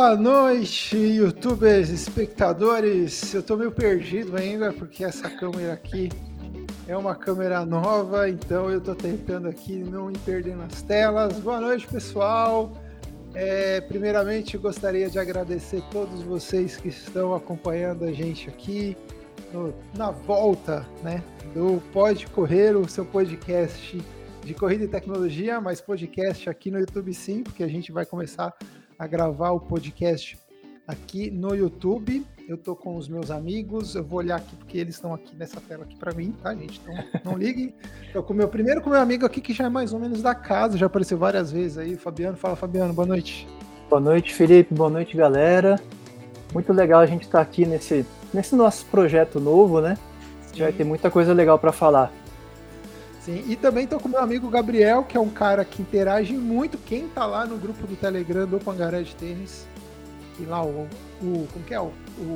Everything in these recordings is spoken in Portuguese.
Boa noite, youtubers, espectadores. Eu tô meio perdido ainda porque essa câmera aqui é uma câmera nova, então eu tô tentando aqui não me perder nas telas. Boa noite, pessoal. Primeiramente, gostaria de agradecer a todos vocês que estão acompanhando a gente aqui na volta, né, do Pode Correr, o seu podcast de corrida e tecnologia, mas podcast aqui no YouTube sim, porque a gente vai começar a gravar o podcast aqui no YouTube. Eu tô com os meus amigos, eu vou olhar aqui porque eles estão aqui nessa tela aqui para mim, tá, gente? Então não liguem. Tô com o meu amigo aqui que já é mais ou menos da casa, já apareceu várias vezes aí, Fabiano. Fala, Fabiano, boa noite. Boa noite, Felipe, boa noite, galera. Muito legal a gente estar aqui nesse nosso projeto novo, né? A gente vai ter muita coisa legal para falar. Sim, e também tô com o meu amigo Gabriel, que é um cara que interage muito. Quem tá lá no grupo do Telegram do Pangaré de Tênis, e lá como que é? O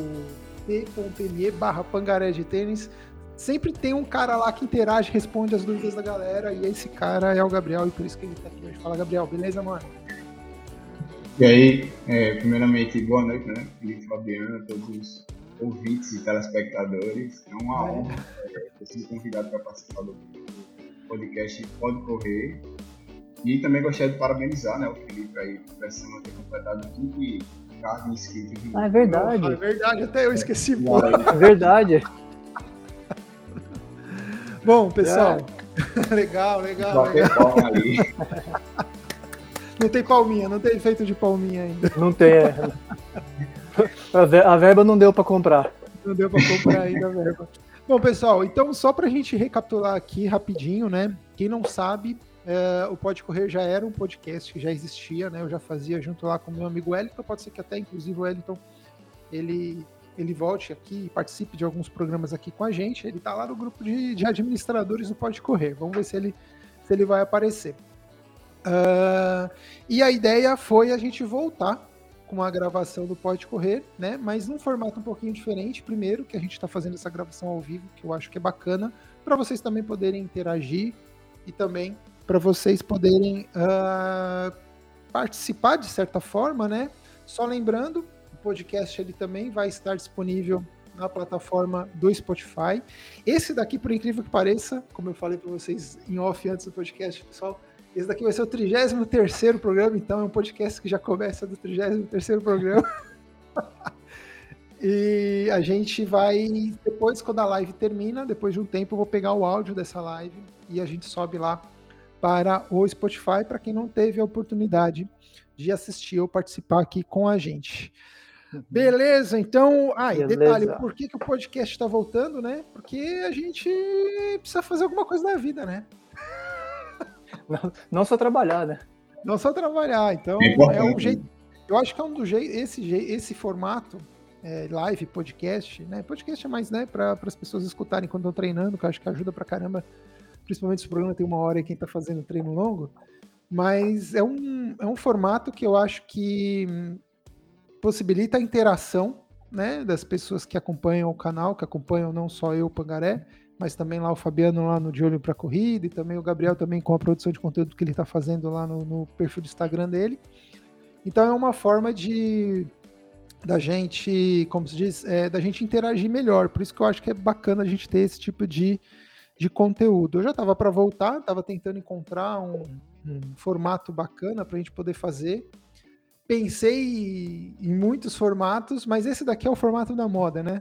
t.me/Pangaré de Tênis, sempre tem um cara lá que interage, responde as dúvidas da galera, e esse cara é o Gabriel, e por isso que ele tá aqui hoje. Fala, Gabriel, beleza, mano? E aí, primeiramente, boa noite, né? Felipe, Fabiano, todos os ouvintes e telespectadores. É uma honra ter sido convidado para participar do podcast Pode Correr. E também gostaria de parabenizar, né, o Felipe aí por essa semana ter completado 15 cards inscritos. É verdade. É verdade, até eu esqueci. É verdade. Bom, pessoal, legal. Palma ali. Não tem palminha, não tem efeito de palminha ainda. Não tem, A verba não deu para comprar. Não deu para comprar ainda a verba. Bom, pessoal, então só para a gente recapitular aqui rapidinho, né? Quem não sabe, o Pode Correr já era um podcast que já existia, né? Eu já fazia junto lá com o meu amigo Wellington. Pode ser que até, inclusive, o Wellington, ele volte aqui e participe de alguns programas aqui com a gente. Ele tá lá no grupo de administradores do Pode Correr. Vamos ver se ele vai aparecer. E a ideia foi a gente voltar com a gravação do Pode Correr, né? Mas num formato um pouquinho diferente. Primeiro, que a gente está fazendo essa gravação ao vivo, que eu acho que é bacana, para vocês também poderem interagir e também para vocês poderem participar de certa forma, né? Só lembrando, o podcast ele também vai estar disponível na plataforma do Spotify. Esse daqui, por incrível que pareça, como eu falei para vocês em off antes do podcast, pessoal, esse daqui vai ser o 33º programa, então é um podcast que já começa do 33º programa. E a gente vai, depois, quando a live termina, depois de um tempo, eu vou pegar o áudio dessa live e a gente sobe lá para o Spotify, para quem não teve a oportunidade de assistir ou participar aqui com a gente. Beleza, então... E detalhe, por que o podcast está voltando, né? Porque a gente precisa fazer alguma coisa na vida, né? Não só trabalhar, né? Não só trabalhar, então é um jeito. Eu acho que é um do jeito. Esse formato, live, podcast, né? Podcast é mais, né, para as pessoas escutarem quando estão treinando, que eu acho que ajuda pra caramba. Principalmente se o programa tem 1 hora e quem tá fazendo treino longo. Mas é um formato que eu acho que possibilita a interação, né, das pessoas que acompanham o canal, que acompanham não só eu, Pangaré, mas também lá o Fabiano lá no De Olho para Corrida, e também o Gabriel também com a produção de conteúdo que ele está fazendo lá no perfil do Instagram dele. Então é uma forma da gente, como se diz, da gente interagir melhor. Por isso que eu acho que é bacana a gente ter esse tipo de conteúdo. Eu já estava para voltar, estava tentando encontrar um formato bacana para a gente poder fazer. Pensei em muitos formatos, mas esse daqui é o formato da moda, né?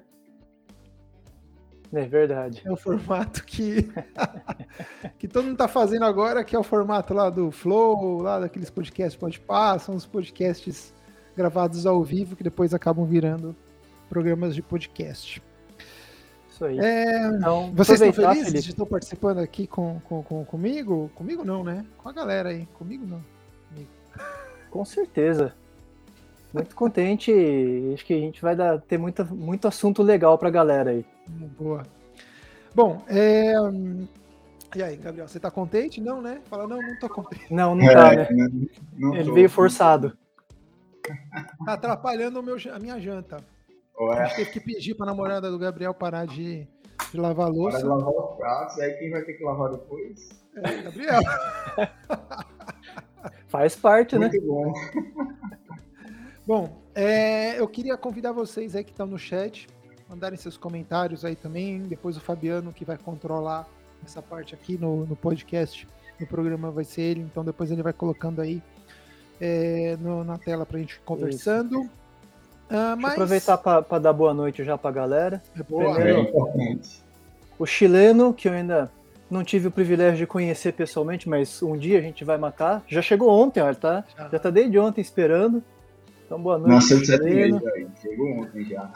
É verdade. É o formato que todo mundo tá fazendo agora, que é o formato lá do Flow, lá daqueles podcasts Podpah, são os podcasts gravados ao vivo, que depois acabam virando programas de podcast. Isso aí. Então, vocês estão felizes, Felipe, de estar participando aqui comigo? Comigo não, né? Com a galera aí. Comigo não. Comigo. Com certeza. Muito contente. Acho que a gente vai ter muito assunto legal pra galera aí. Boa. Bom, e aí, Gabriel, você tá contente? Não, né? Fala, não tô contente. Não tá, né? Não Ele veio forçado. Tá atrapalhando a minha janta. A gente teve que pedir pra namorada do Gabriel parar de lavar a louça. Para de lavar os pratos, e aí quem vai ter que lavar depois? Gabriel. Faz parte, muito né? Muito bom. Bom, Eu queria convidar vocês aí que estão no chat, mandarem seus comentários aí também. Depois o Fabiano, que vai controlar essa parte aqui no podcast, no programa vai ser ele. Então depois ele vai colocando aí na tela pra gente ir conversando. Deixa eu aproveitar para dar boa noite já pra galera. Primeiro, o chileno, que eu ainda não tive o privilégio de conhecer pessoalmente, mas um dia a gente vai matar. Já chegou ontem, ó, já tá desde ontem esperando. Então boa noite. Nossa, chileno. Chegou ontem já.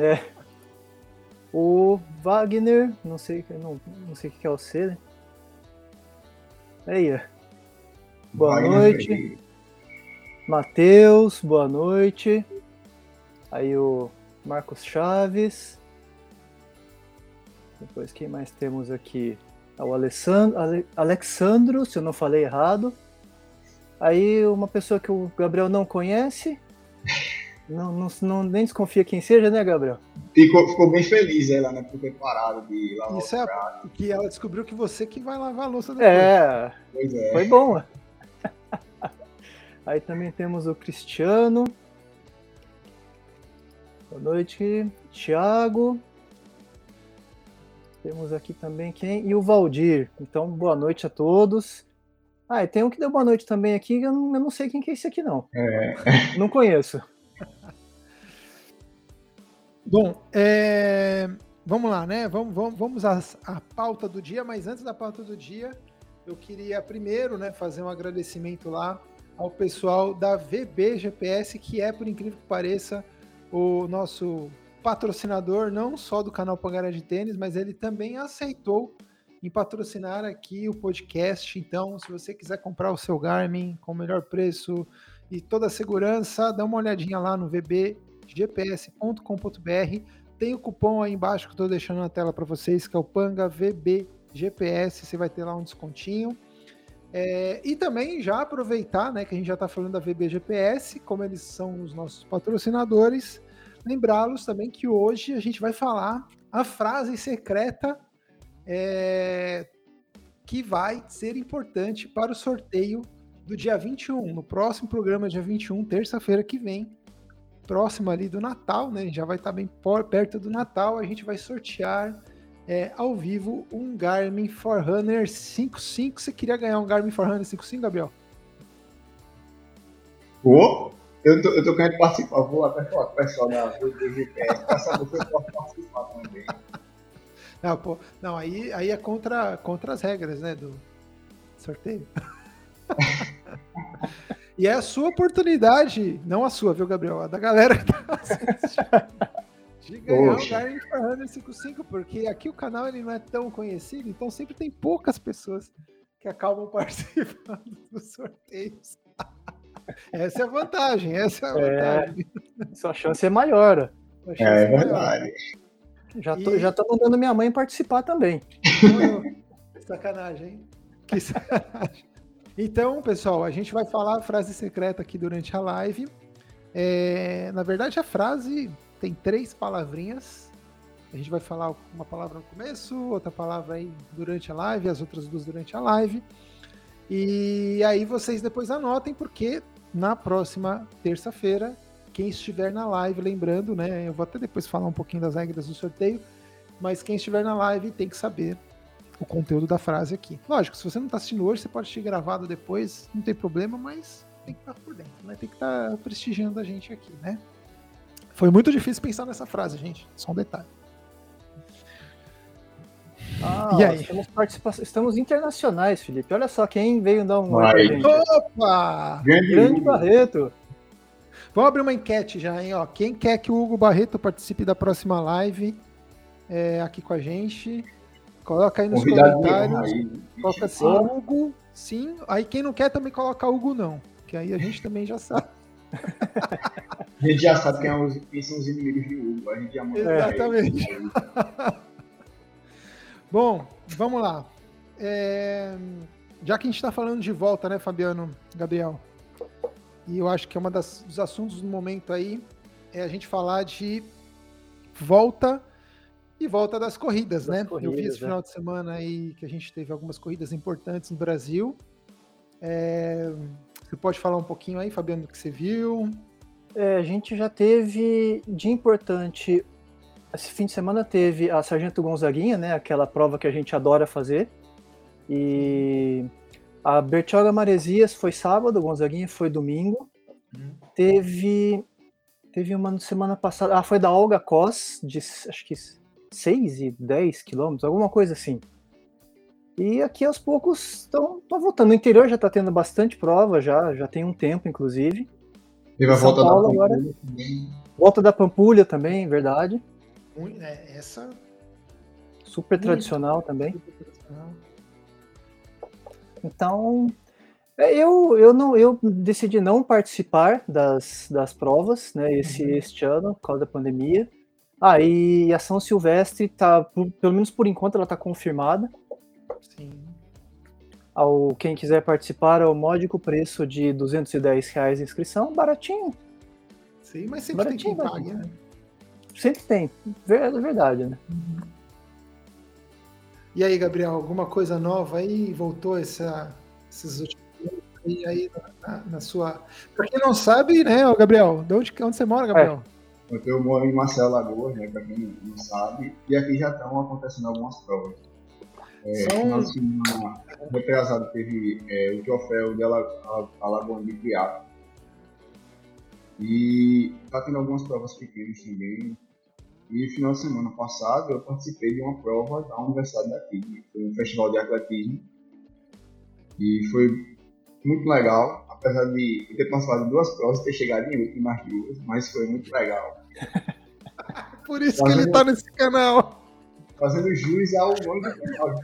O Wagner, não sei o que é o C, né? Aí, ó. Boa Wagner noite. Freire. Matheus, boa noite. Aí o Marcos Chaves. Depois quem mais temos aqui? O Alexandro, se eu não falei errado. Aí uma pessoa que o Gabriel não conhece. Não nem desconfia quem seja, né, Gabriel? Ficou bem feliz ela, né, por ter parado de lavar Isso o prato. É que ela descobriu que você que vai lavar a louça depois. Pois é. Foi bom. Aí também temos o Cristiano. Boa noite, Thiago. Temos aqui também quem? E o Valdir. Então, boa noite a todos. E tem um que deu boa noite também aqui, eu não sei quem que é esse aqui, não. Não conheço. Bom, vamos lá, né? Vamos à pauta do dia, mas antes da pauta do dia, eu queria primeiro, né, fazer um agradecimento lá ao pessoal da VB GPS, que é, por incrível que pareça, o nosso patrocinador, não só do canal Pangaré de Tênis, mas ele também aceitou em patrocinar aqui o podcast. Então, se você quiser comprar o seu Garmin com o melhor preço e toda a segurança, dá uma olhadinha lá no vbgps.com.br. Tem o cupom aí embaixo que eu estou deixando na tela para vocês, que é o Panga VBGPS. Você vai ter lá um descontinho. E também já aproveitar, né, que a gente já está falando da VBGPS, como eles são os nossos patrocinadores, lembrá-los também que hoje a gente vai falar a frase secreta que vai ser importante para o sorteio do dia 21, no próximo programa, dia 21, terça-feira que vem, próximo ali do Natal, né? Já vai estar bem perto do Natal, a gente vai sortear ao vivo um Garmin Forerunner 5.5. Você queria ganhar um Garmin Forerunner 5.5, Gabriel? Eu tô querendo participar, vou até falar com o pessoal da VBGPS para saber se eu posso participar também. Não, aí é contra as regras, né, do sorteio. E é a sua oportunidade, não a sua, viu, Gabriel? A da galera que tá assistindo, de ganhar o Garmin Forerunner 5.5, porque aqui o canal ele não é tão conhecido, então sempre tem poucas pessoas que acabam participando dos sorteios. Essa é a vantagem, Sua chance é maior. É verdade. Já tô mandando minha mãe participar também. Sacanagem, hein? Que sacanagem. Então, pessoal, a gente vai falar a frase secreta aqui durante a live. Na verdade, a frase tem 3 palavrinhas. A gente vai falar uma palavra no começo, outra palavra aí durante a live, as outras 2 durante a live. E aí vocês depois anotem, porque na próxima terça-feira, quem estiver na live, lembrando, né? Eu vou até depois falar um pouquinho das regras do sorteio, mas quem estiver na live tem que saber o conteúdo da frase aqui. Lógico, se você não está assistindo hoje, você pode assistir gravado depois, não tem problema, mas tem que estar por dentro, né? Tem que estar prestigiando a gente aqui, né? Foi muito difícil pensar nessa frase, gente. Só um detalhe. E aí? Estamos internacionais, Felipe. Olha só quem veio dar um oi pra gente. Opa! Grande Barreto. Vamos abrir uma enquete já, hein? Ó, quem quer que o Hugo Barreto participe da próxima live aqui com a gente? Coloca aí nos comentários. Coloca assim, Hugo, sim. Aí quem não quer também coloca Hugo não. Que aí a gente também já sabe. A gente já sabe quem são os inimigos de Hugo. A gente já manda. Exatamente. Bom, vamos lá. Já que a gente está falando de volta, né, Fabiano, Gabriel? E eu acho que é dos assuntos do momento aí é a gente falar de volta das corridas, né? Eu vi esse final de semana aí que a gente teve algumas corridas importantes no Brasil. Você pode falar um pouquinho aí, Fabiano, do que você viu? A gente já teve de importante. Esse fim de semana teve a Sargento Gonzaguinha, né? Aquela prova que a gente adora fazer. E a Bertioga Maresias foi sábado, Gonzaguinha foi domingo. Teve uma semana passada. Foi da Olga Cos, de acho que 6 e 10 quilômetros, alguma coisa assim. E aqui aos poucos estão voltando. No interior já está tendo bastante prova, já tem um tempo, inclusive. Teve a São volta Paulo da agora. também. Volta da Pampulha também, verdade. Essa. Super tradicional também. Super tradicional. Então, eu decidi não participar das provas, né, este ano, por causa da pandemia. E a São Silvestre tá, pelo menos por enquanto, ela está confirmada. Sim. Quem quiser participar, ao módico preço de R$210 a inscrição, baratinho. Sim, mas sempre baratinho, tem quem pague, né? Sempre tem, é verdade, né? E aí, Gabriel, alguma coisa nova aí? Voltou esses últimos anos aí na sua... Pra quem não sabe, né, Gabriel, onde você mora, Gabriel? Eu moro em Marcelo Lagoas, né, pra quem não sabe, e aqui já estão acontecendo algumas provas. Final de semana retrasado teve o troféu de Alagoas de Triatlo. E tá tendo algumas provas pequenas também. E final de semana passado eu participei de uma prova da universidade daqui, foi um festival de atletismo. E foi muito legal, apesar de eu ter participado de 2 provas e ter chegado em último nas 2, mas foi muito legal. Por isso que ele tá nesse canal. Fazendo jus ao nome do canal.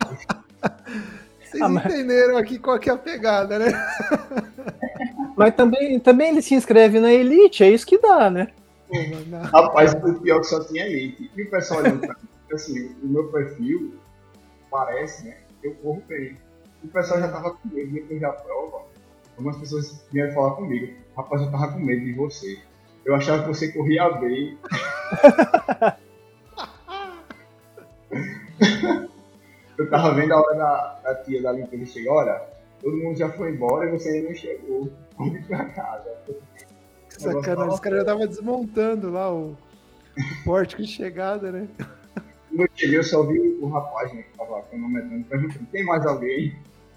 Vocês entenderam aqui qual que é a pegada, né? Mas também ele se inscreve na Elite, é isso que dá, né? Rapaz, o pior que só tinha Elite. E o pessoal olhando pra mim, assim, o meu perfil parece, né? Eu corro bem. O pessoal já tava com medo depois da prova. Algumas pessoas vieram falar comigo. Rapaz, eu tava com medo de você. Eu achava que você corria bem. Eu tava vendo a hora da tia da limpeza chegar. Olha, todo mundo já foi embora e você ainda não chegou. Vamos pra casa. Sacanagem, os caras já estavam desmontando lá o pórtico de chegada, né? Quando eu cheguei, eu só vi o rapaz, né, que tava cronometrando, perguntando: tem mais alguém?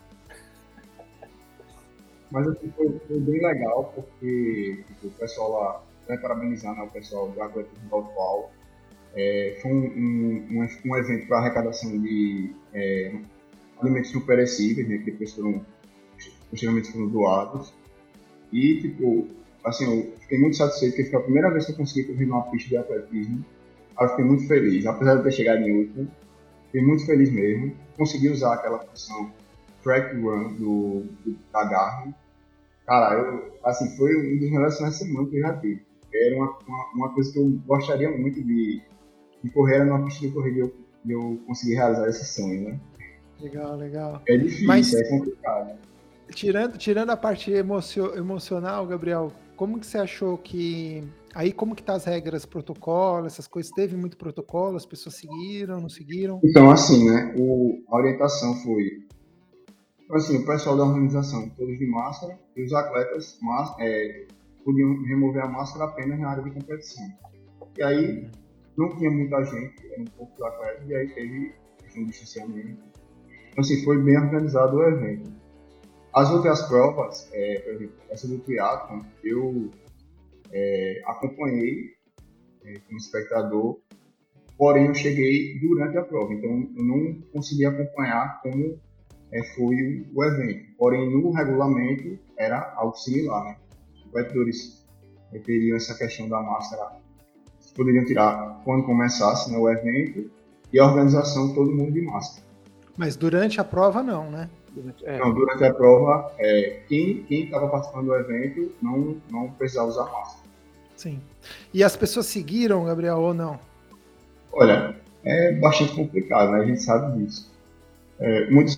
Mas assim, foi bem legal, porque o pessoal lá, parabenizar, né, o pessoal do atletismo do Alto. Foi um evento para arrecadação de alimentos não perecíveis, né, que depois posteriormente foram doados. E, tipo, assim, eu fiquei muito satisfeito, porque foi a primeira vez que eu consegui correr numa pista de atletismo. Eu fiquei muito feliz, apesar de ter chegado em último, fiquei muito feliz mesmo. Consegui usar aquela função Track Run da Garmin. Cara, assim, foi um dos melhores finais de semana que eu já tive. Era uma coisa que eu gostaria muito de correr numa pista de corrida e eu consegui realizar esse sonho, né? Legal. É difícil, é complicado. Tirando a parte emocional, Gabriel, como que você achou que... Aí como que tá as regras, protocolo, essas coisas? Teve muito protocolo? As pessoas seguiram, não seguiram? Então, assim, né? A orientação foi... Assim, o pessoal da organização, todos de máscara, e os atletas podiam remover a máscara apenas na área de competição. E aí, não tinha muita gente, era um pouco de atletas, e aí teve questão de distanciamento. Então, assim, foi bem organizado o evento. As outras provas, por exemplo, essa do triatlon, eu acompanhei como espectador, porém eu cheguei durante a prova, então eu não consegui acompanhar como foi o evento. Porém, no regulamento era algo similar, né? Os competidores teriam essa questão da máscara, poderiam tirar quando começasse, né, o evento, e a organização, todo mundo de máscara. Mas durante a prova não, né? Não, durante a prova, quem estava participando do evento não precisava usar máscara. Sim. E as pessoas seguiram, Gabriel, ou não? Olha, é bastante complicado, né? A gente sabe disso. Muitos...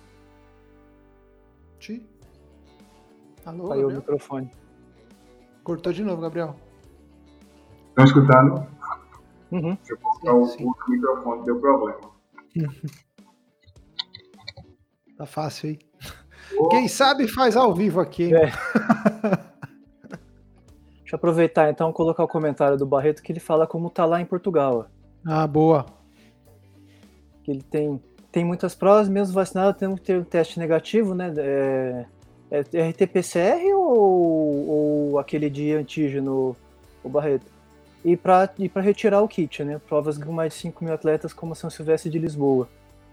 Alô, Gabriel? O microfone. Cortou de novo, Gabriel. Estão escutando? Uhum. Deixa eu colocar o microfone, deu problema. Tá fácil aí. Quem sabe faz ao vivo aqui, hein? Deixa eu aproveitar então e colocar o comentário do Barreto que ele fala como tá lá em Portugal. Ah, boa. Que ele tem muitas provas, mesmo vacinado, temos que ter um teste negativo, né? É RT-PCR ou aquele de antígeno, o Barreto? E para retirar o kit, né? Provas com mais de 5 mil atletas, como a São Silvestre de Lisboa.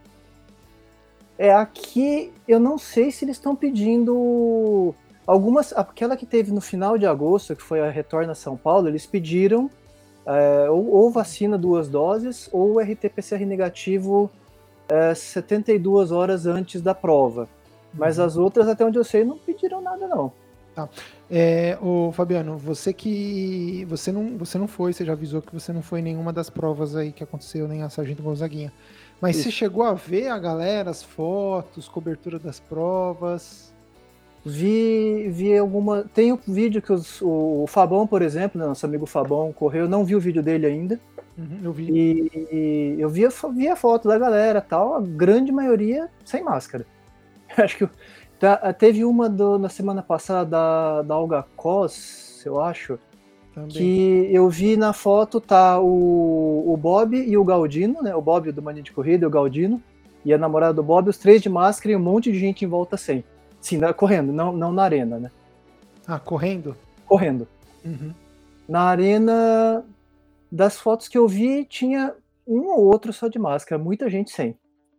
Aqui eu não sei se eles estão pedindo algumas. Aquela que teve no final de agosto, que foi a Retorna São Paulo, eles pediram ou vacina 2 doses ou RT-PCR negativo 72 horas antes da prova. Mas as outras, até onde eu sei, não pediram nada, não. Tá. Ô, Fabiano, você não foi, você já avisou que você não foi em nenhuma das provas aí que aconteceu, nem a Sargento Gonzaguinha. Mas Isso. Você chegou a ver a galera, as fotos, cobertura das provas? Vi alguma. Tem um vídeo que o Fabão, por exemplo, né, nosso amigo Fabão correu, eu não vi o vídeo dele ainda. Eu vi. E eu vi a foto da galera tal, a grande maioria sem máscara. Acho que teve uma na semana passada da Olga Cos, eu acho, também. Que eu vi na foto tá o Bob e o Galdino, né? O Bob do Mania de Corrida e o Galdino, e a namorada do Bob, os 3 de máscara e um monte de gente em volta sem. Sim, correndo, não na arena, né? Ah, correndo? Correndo. Uhum. Na arena, das fotos que eu vi, tinha um ou outro só de máscara, muita gente sem.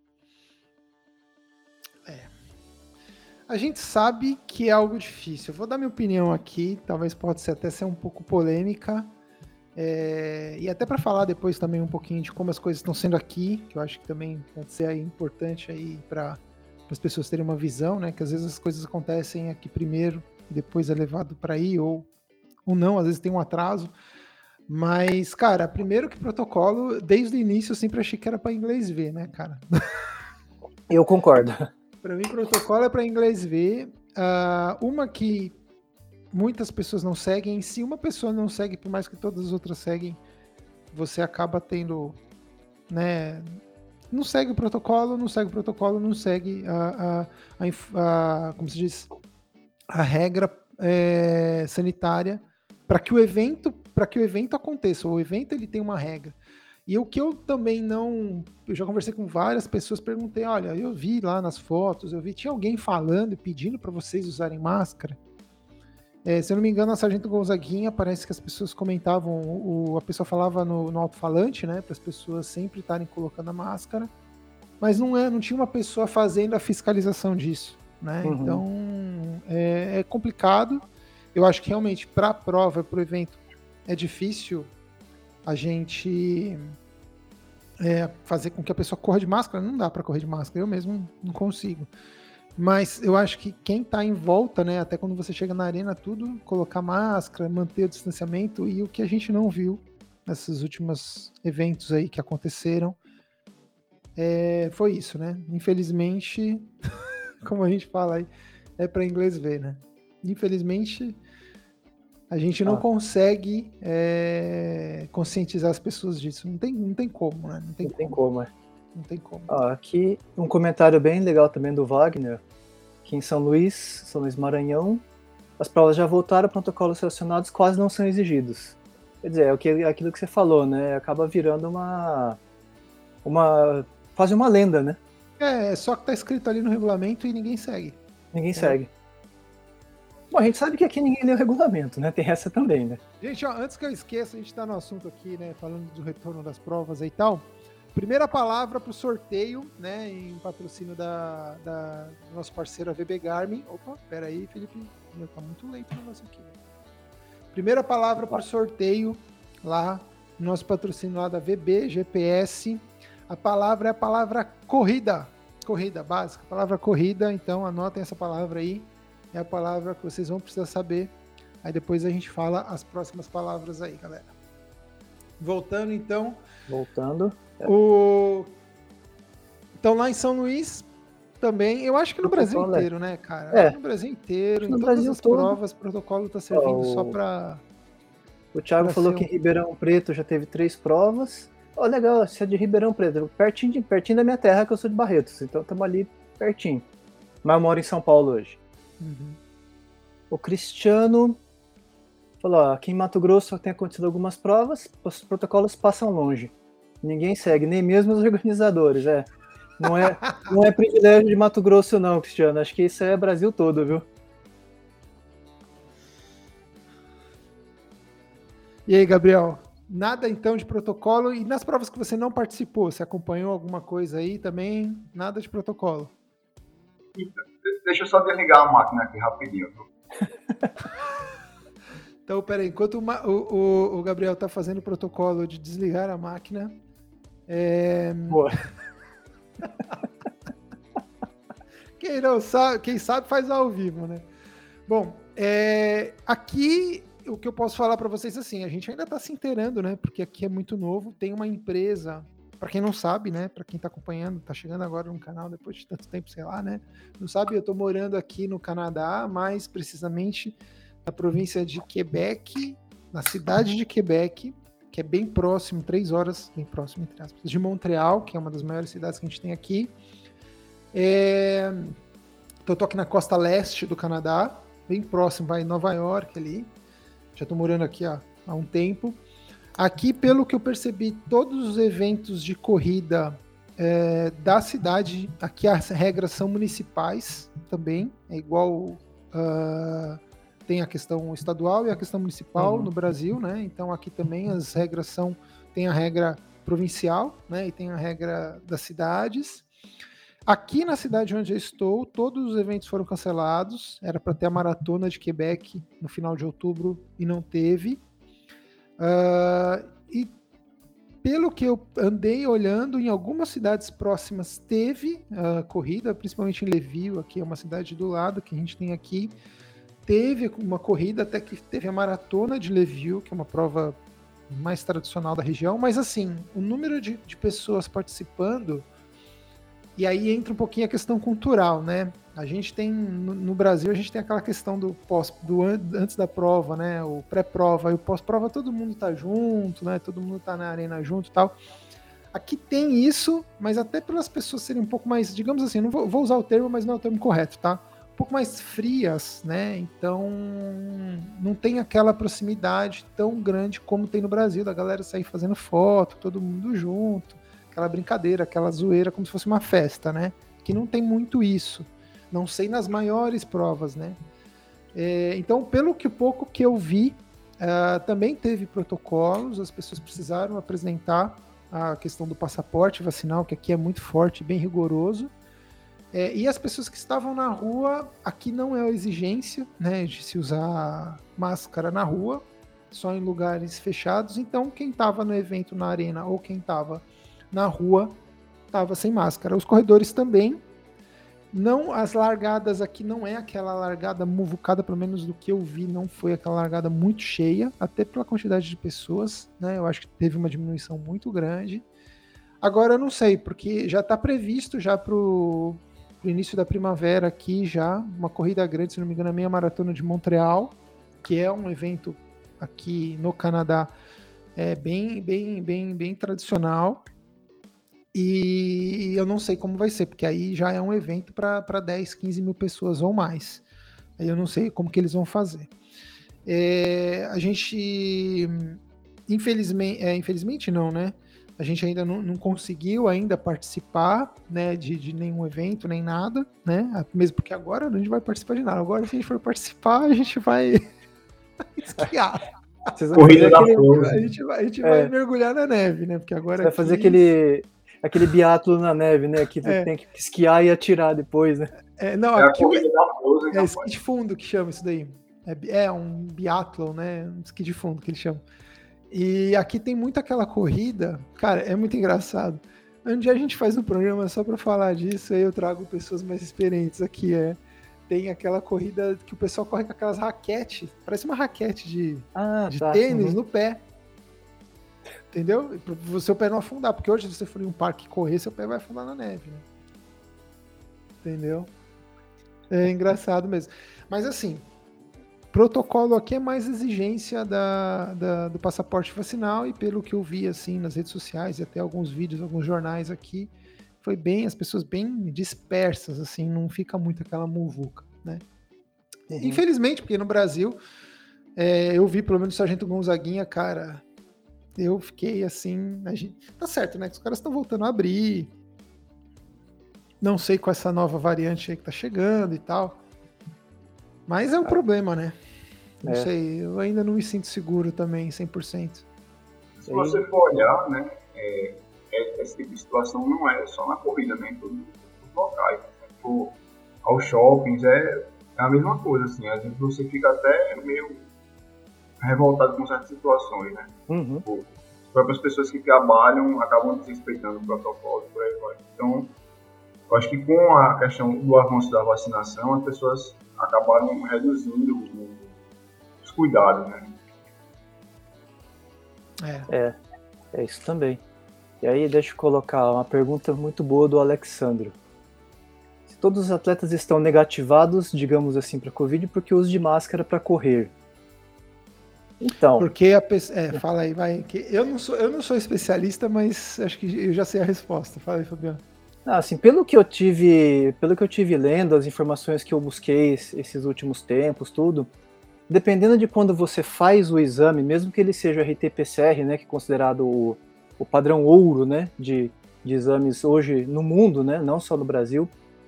A gente sabe que é algo difícil. Eu vou dar minha opinião aqui, talvez possa até ser um pouco polêmica, e até para falar depois também um pouquinho de como as coisas estão sendo aqui, que eu acho que também pode ser aí importante aí para as pessoas terem uma visão, né? Que às vezes as coisas acontecem aqui primeiro, depois é levado para aí, ou não, às vezes tem um atraso. Mas, cara, primeiro que protocolo, desde o início eu sempre achei que era para inglês ver, né, cara? Eu concordo. Para mim, protocolo é para inglês ver. Uma que muitas pessoas não seguem, se uma pessoa não segue, por mais que todas as outras seguem, você acaba tendo, né? Não segue o protocolo, não segue como se diz, a regra sanitária para que o evento aconteça. O evento ele tem uma regra. E o que eu também eu já conversei com várias pessoas, perguntei, olha, eu vi lá nas fotos, tinha alguém falando e pedindo para vocês usarem máscara? Se eu não me engano, a Sargento Gonzaguinha, parece que as pessoas comentavam, a pessoa falava no alto-falante, né, para as pessoas sempre estarem colocando a máscara, mas não tinha uma pessoa fazendo a fiscalização disso, né? Uhum. Então, é complicado. Eu acho que realmente, para a prova, para o evento, é difícil a gente fazer com que a pessoa corra de máscara. Não dá para correr de máscara, eu mesmo não consigo. Mas eu acho que quem está em volta, né, até quando você chega na arena, tudo, colocar máscara, manter o distanciamento, e o que a gente não viu nesses últimos eventos aí que aconteceram, foi isso, né? Infelizmente, como a gente fala aí, é para inglês ver, né? Infelizmente, a gente não consegue conscientizar as pessoas disso. Não tem como, né? Não tem como. Não tem como. Aqui um comentário bem legal também do Wagner, que em São Luís Maranhão, as provas já voltaram, protocolos relacionados quase não são exigidos. Quer dizer, aquilo que você falou, né? Acaba virando quase uma lenda, né? Só que tá escrito ali no regulamento e ninguém segue. Ninguém segue. Bom, a gente sabe que aqui ninguém lê o regulamento, né? Tem essa também, né? Gente, antes que eu esqueça, a gente tá no assunto aqui, né? Falando do retorno das provas e tal. Primeira palavra pro sorteio, né? Em patrocínio do nosso parceiro a VB Garmin. Opa, pera aí, Felipe. Tá muito lento o negócio aqui. Primeira palavra pro sorteio lá, nosso patrocínio lá da VB GPS. A palavra é a palavra corrida. Corrida, básica. Palavra corrida, então anotem essa palavra aí. É a palavra que vocês vão precisar saber. Aí depois a gente fala as próximas palavras aí, galera. Voltando, então. Então, lá em São Luís, também, eu acho que no Brasil inteiro, né, cara? No Brasil inteiro, em todas as provas, o protocolo tá servindo só para... O Thiago falou que em Ribeirão Preto já teve 3 provas. Legal, você é de Ribeirão Preto, pertinho da minha terra, que eu sou de Barretos, então estamos ali pertinho. Mas eu moro em São Paulo hoje. Uhum. O Cristiano Falou, ó, aqui em Mato Grosso tem acontecido algumas provas, os protocolos passam longe. Ninguém segue, nem mesmo os organizadores, Não é privilégio de Mato Grosso não, Cristiano. Acho que isso é Brasil todo, viu? E aí, Gabriel? Nada então de protocolo. E nas provas que você não participou, você acompanhou alguma coisa aí também? Nada de protocolo. Deixa eu só desligar a máquina aqui rapidinho. Então, peraí, enquanto o Gabriel tá fazendo o protocolo de desligar a máquina. Boa. Quem sabe faz ao vivo, né? Bom, aqui o que eu posso falar para vocês assim, a gente ainda está se inteirando, né? Porque aqui é muito novo. Tem uma empresa, para quem não sabe, né? Para quem está acompanhando, está chegando agora no canal depois de tanto tempo, sei lá, né? Não sabe, eu estou morando aqui no Canadá, mais precisamente na província de Quebec, na cidade de Quebec, que é bem próximo, 3 horas, bem próximo, entre aspas, de Montreal, que é uma das maiores cidades que a gente tem aqui. Então, eu tô aqui na costa leste do Canadá, bem próximo, vai em Nova York ali. Já tô morando aqui há um tempo. Aqui, pelo que eu percebi, todos os eventos de corrida da cidade, aqui as regras são municipais também, é igual... tem a questão estadual e a questão municipal no Brasil, né? Então aqui também as regras tem a regra provincial, né? E tem a regra das cidades. Aqui na cidade onde eu estou, todos os eventos foram cancelados. Era para ter a maratona de Quebec no final de outubro e não teve. E pelo que eu andei olhando, em algumas cidades próximas teve corrida, principalmente em Leeville, aqui é uma cidade do lado que a gente tem aqui. Teve uma corrida, até que teve a maratona de Leeville, que é uma prova mais tradicional da região, mas assim, o número de pessoas participando, e aí entra um pouquinho a questão cultural, né? A gente tem, no Brasil, a gente tem aquela questão do antes da prova, né? O pré-prova e o pós-prova, todo mundo tá junto, né? Todo mundo tá na arena junto e tal. Aqui tem isso, mas até pelas pessoas serem um pouco mais, digamos assim, não vou usar o termo, mas não é o termo correto, tá? Um pouco mais frias, né? Então não tem aquela proximidade tão grande como tem no Brasil, da galera sair fazendo foto, todo mundo junto, aquela brincadeira, aquela zoeira, como se fosse uma festa, né? Que não tem muito isso. Não sei nas maiores provas, né? Então, pelo que pouco que eu vi, também teve protocolos, as pessoas precisaram apresentar a questão do passaporte vacinal, que aqui é muito forte, bem rigoroso. E as pessoas que estavam na rua, aqui não é a exigência, né, de se usar máscara na rua, só em lugares fechados. Então, quem estava no evento na arena ou quem estava na rua, estava sem máscara. Os corredores também. Não, as largadas aqui não é aquela largada muvucada, pelo menos do que eu vi, não foi aquela largada muito cheia, até pela quantidade de pessoas, né? Eu acho que teve uma diminuição muito grande. Agora eu não sei, porque já está previsto já para o início da primavera aqui já, uma corrida grande, se não me engano, a meia maratona de Montreal, que é um evento aqui no Canadá bem tradicional. E eu não sei como vai ser, porque aí já é um evento para 10, 15 mil pessoas ou mais. Aí eu não sei como que eles vão fazer. A gente, infelizmente não, né? A gente ainda não conseguiu ainda participar, né, de nenhum evento, nem nada, né? Mesmo porque agora a gente vai participar de nada. Agora, se a gente for participar, a gente vai esquiar. Corrida da flor. A gente vai mergulhar na neve, né? Porque agora vai fazer aquele biatlo na neve, né? Que tem que esquiar e atirar depois, né? Não, aqui é esqui de fundo que chama isso daí. É um biathlon, né? Um esqui de fundo que eles chamam. E aqui tem muito aquela corrida, cara, é muito engraçado. Um dia a gente faz um programa só para falar disso, aí eu trago pessoas mais experientes aqui. Tem aquela corrida que o pessoal corre com aquelas raquetes, parece uma raquete de tênis no pé. Entendeu? Para o seu pé não afundar, porque hoje se você for em um parque correr, seu pé vai afundar na neve, né? Entendeu? É engraçado mesmo. Mas assim, protocolo aqui é mais exigência do passaporte vacinal, e pelo que eu vi assim nas redes sociais e até alguns vídeos, alguns jornais aqui, foi as pessoas bem dispersas, assim, não fica muito aquela muvuca, né? Infelizmente, porque no Brasil eu vi pelo menos o Sargento Gonzaguinha, cara, eu fiquei assim, tá certo, né, que os caras estão voltando a abrir, não sei com essa nova variante aí que tá chegando e tal, mas é um problema, né, não sei, eu ainda não me sinto seguro também, 100%. Se você for olhar, né, esse tipo de situação não é só na corrida, né, em todos os locais. Se for aos shoppings, é a mesma coisa, assim, às vezes você fica até meio revoltado com certas situações, né? Tipo, as próprias pessoas que trabalham acabam desrespeitando o protocolo, por aí vai. Então, eu acho que com a questão do avanço da vacinação, as pessoas acabaram reduzindo os cuidados, né? É isso também. E aí, deixa eu colocar uma pergunta muito boa do Alexandro. Se todos os atletas estão negativados, digamos assim, para Covid, por que uso de máscara para correr? Então... Porque a pessoa... fala aí, vai. Que eu não sou especialista, mas acho que eu já sei a resposta. Fala aí, Fabiano. Assim, pelo que eu tive lendo, as informações que eu busquei esses últimos tempos, tudo, dependendo de quando você faz o exame, mesmo que ele seja RT-PCR, né, que é considerado o padrão ouro, né, de exames hoje no mundo, né, não só no Brasil,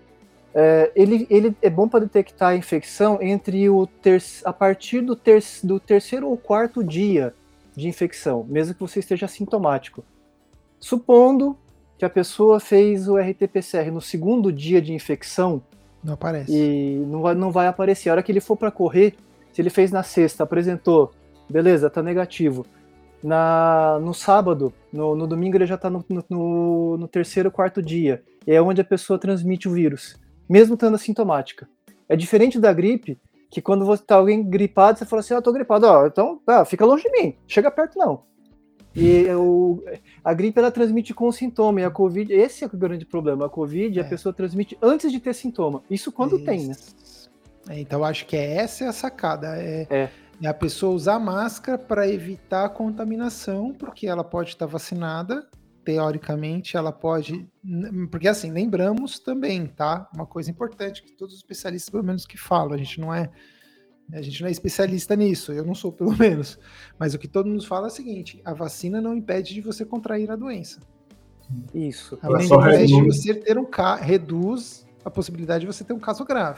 ele é bom para detectar a infecção a partir do terceiro ou quarto dia de infecção, mesmo que você esteja assintomático. Supondo que a pessoa fez o RT-PCR no segundo dia de infecção, não aparece. E não vai aparecer. A hora que ele for para correr, se ele fez na sexta, apresentou, beleza, tá negativo. No sábado, no domingo ele já tá no terceiro, quarto dia. E é onde a pessoa transmite o vírus, mesmo estando assintomática. É diferente da gripe, que quando você tá alguém gripado, você fala assim, tô gripado, então fica longe de mim, chega perto não. E a gripe ela transmite com sintoma, e a Covid, esse é o grande problema, a Covid a pessoa transmite antes de ter sintoma, isso quando tem, né? Então acho que essa é a sacada, é a pessoa usar máscara para evitar a contaminação, porque ela pode estar vacinada, teoricamente ela pode, porque assim, lembramos também, tá? Uma coisa importante que todos os especialistas pelo menos que falam, a gente não é especialista nisso, eu não sou pelo menos, mas o que todo mundo fala é o seguinte, a vacina não impede de você contrair a doença. Isso. Ela só impede de você ter reduz a possibilidade de você ter um caso grave.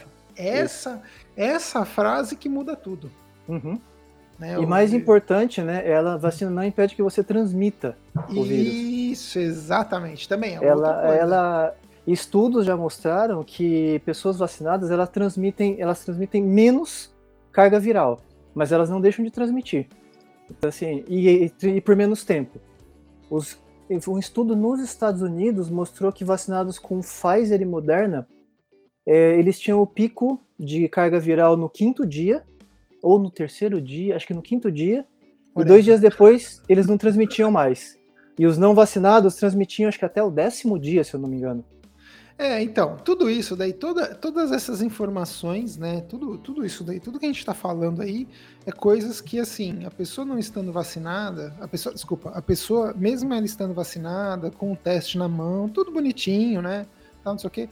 Essa frase que muda tudo. Né? E mais importante, né, a vacina não impede que você transmita o vírus. Isso, exatamente, também é outra coisa. Estudos já mostraram que pessoas vacinadas, elas transmitem menos carga viral, mas elas não deixam de transmitir. Então, assim, e por menos tempo. Um estudo nos Estados Unidos mostrou que vacinados com Pfizer e Moderna, eles tinham o pico de carga viral no 5º dia, ou no 3º dia, acho que no 5º dia, e 2 dias depois eles não transmitiam mais. E os não vacinados transmitiam acho que até o 10º dia, se eu não me engano. Então, tudo isso daí, todas essas informações, né, tudo isso daí, tudo que a gente tá falando aí, é coisas que, assim, a pessoa não estando vacinada, a pessoa, mesmo ela estando vacinada, com o teste na mão, tudo bonitinho, né, tal, não sei o quê,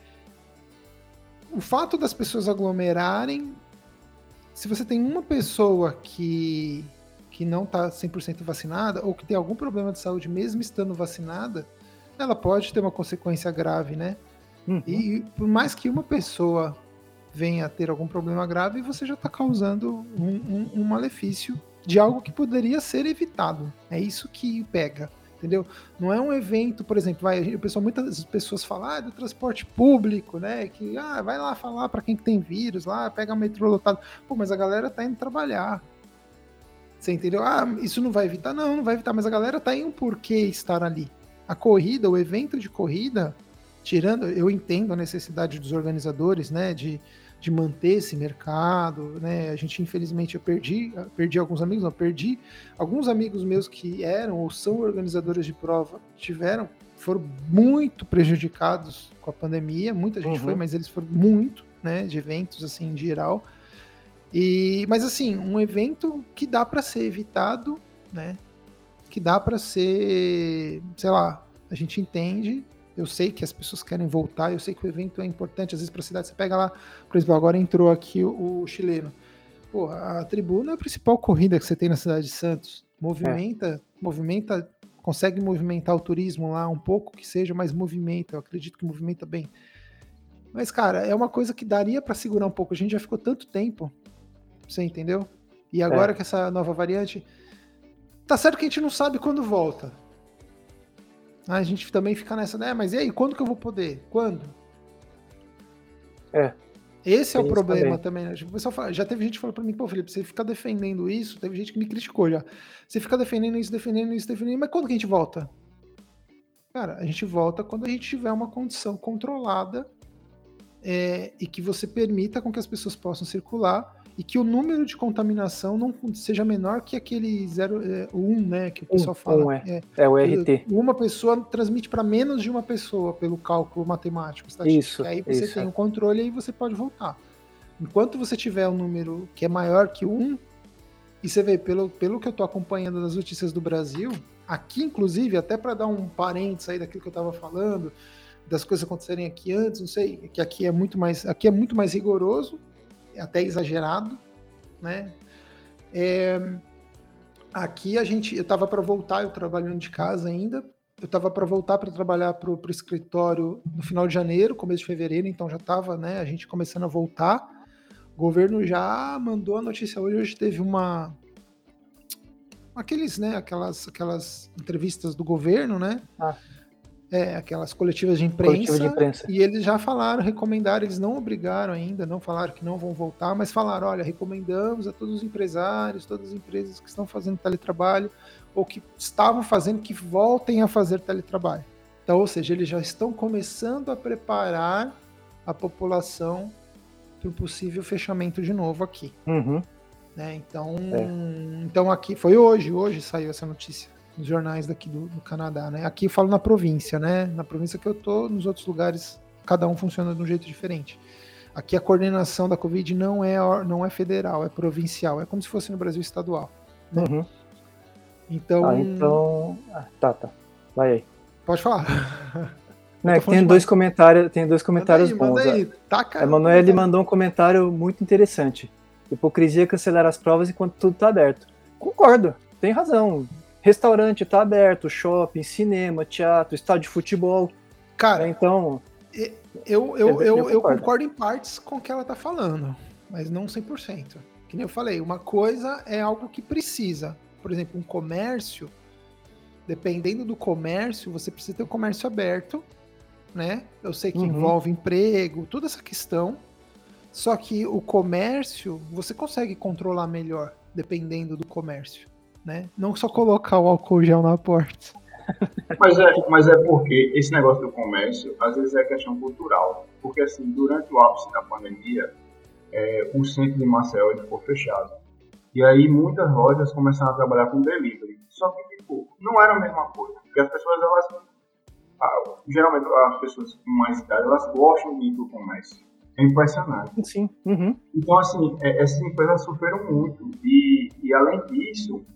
o fato das pessoas aglomerarem, se você tem uma pessoa que não tá 100% vacinada, ou que tem algum problema de saúde mesmo estando vacinada, ela pode ter uma consequência grave, né? E por mais que uma pessoa venha a ter algum problema grave, você já está causando um malefício de algo que poderia ser evitado. É isso que pega, entendeu? Não é um evento, por exemplo, muitas pessoas falam do transporte público, né? Que vai lá falar para quem que tem vírus, lá pega o metrô lotado. Pô, mas a galera tá indo trabalhar. Você entendeu? Isso não vai evitar? Não vai evitar, mas a galera tá em um porquê estar ali. A corrida, o evento de corrida, eu entendo a necessidade dos organizadores, né, de manter esse mercado, né, a gente, infelizmente, eu perdi alguns amigos, perdi alguns amigos meus que eram ou são organizadores de prova, foram muito prejudicados com a pandemia, muita gente foi, mas eles foram muito, né, de eventos, assim, em geral, mas, assim, um evento que dá para ser evitado, né, que dá para ser, sei lá, a gente entende. Eu sei que as pessoas querem voltar, eu sei que o evento é importante, às vezes para a cidade, você pega lá, por exemplo, agora entrou aqui o chileno. Pô, a tribuna é a principal corrida que você tem na cidade de Santos. Consegue movimentar o turismo lá um pouco, que seja, mas movimenta. Eu acredito que movimenta bem. Mas, cara, é uma coisa que daria pra segurar um pouco. A gente já ficou tanto tempo, você entendeu? E agora que essa nova variante... Tá certo que a gente não sabe quando volta. A gente também fica nessa, né? Mas e aí, quando que eu vou poder? Quando? Esse é o problema também, né? Tipo, o pessoal fala, já teve gente que falou pra mim, pô, Felipe, você fica defendendo isso, teve gente que me criticou já. Você fica defendendo isso, mas quando que a gente volta? Cara, a gente volta quando a gente tiver uma condição controlada e que você permita com que as pessoas possam circular e que o número de contaminação não seja menor que aquele 1, né, que o pessoal fala. É o RT. Uma pessoa transmite para menos de uma pessoa pelo cálculo matemático. Isso. Aí você tem o controle e aí você pode voltar. Enquanto você tiver um número que é maior que 1, e você vê, pelo que eu tô acompanhando das notícias do Brasil, aqui inclusive, até para dar um parênteses aí daquilo que eu tava falando, das coisas acontecerem aqui antes, não sei, que aqui é muito mais rigoroso, até exagerado, né? Aqui eu estava para voltar, eu trabalhando de casa ainda, eu estava para voltar para trabalhar para o escritório no final de janeiro, começo de fevereiro, então já estava, né, a gente começando a voltar. O governo já mandou a notícia hoje teve aquelas entrevistas do governo, né? Aquelas coletivas de imprensa, e eles já recomendaram, eles não obrigaram ainda, não falaram que não vão voltar, mas falaram, olha, recomendamos a todos os empresários, todas as empresas que estão fazendo teletrabalho, ou que estavam fazendo, que voltem a fazer teletrabalho. Então, ou seja, eles já estão começando a preparar a população para o possível fechamento de novo aqui. Né? Então aqui, foi hoje saiu essa notícia. Nos jornais daqui do Canadá, né? Aqui eu falo na província, né? Na província que eu tô, nos outros lugares, cada um funciona de um jeito diferente. Aqui a coordenação da Covid não é federal, é provincial. É como se fosse no Brasil estadual. Né? Então... Tá. Vai aí. Pode falar. Tem dois comentários bons. Manda aí. A Emanuele mandou um comentário muito interessante. Hipocrisia é cancelar as provas enquanto tudo tá aberto. Concordo, tem razão. Restaurante tá aberto, shopping, cinema, teatro, estádio de futebol. Cara, então... Eu concordo em partes com o que ela tá falando, mas não 100%. Que nem eu falei, uma coisa é algo que precisa. Por exemplo, um comércio, dependendo do comércio, você precisa ter o comércio aberto, né? Eu sei que envolve emprego, toda essa questão. Só que o comércio, você consegue controlar melhor, dependendo do comércio. Né? Não só colocar o álcool gel na porta. Mas é porque esse negócio do comércio, às vezes é questão cultural. Porque assim, durante o ápice da pandemia, o centro de Maceió ficou fechado. E aí muitas lojas começaram a trabalhar com delivery. Só que, tipo, não era a mesma coisa. Porque as pessoas, geralmente as pessoas com mais idade, elas gostam de ir pro comércio. É impressionante. Sim. Então, assim, essas empresas sofreram muito. E além disso,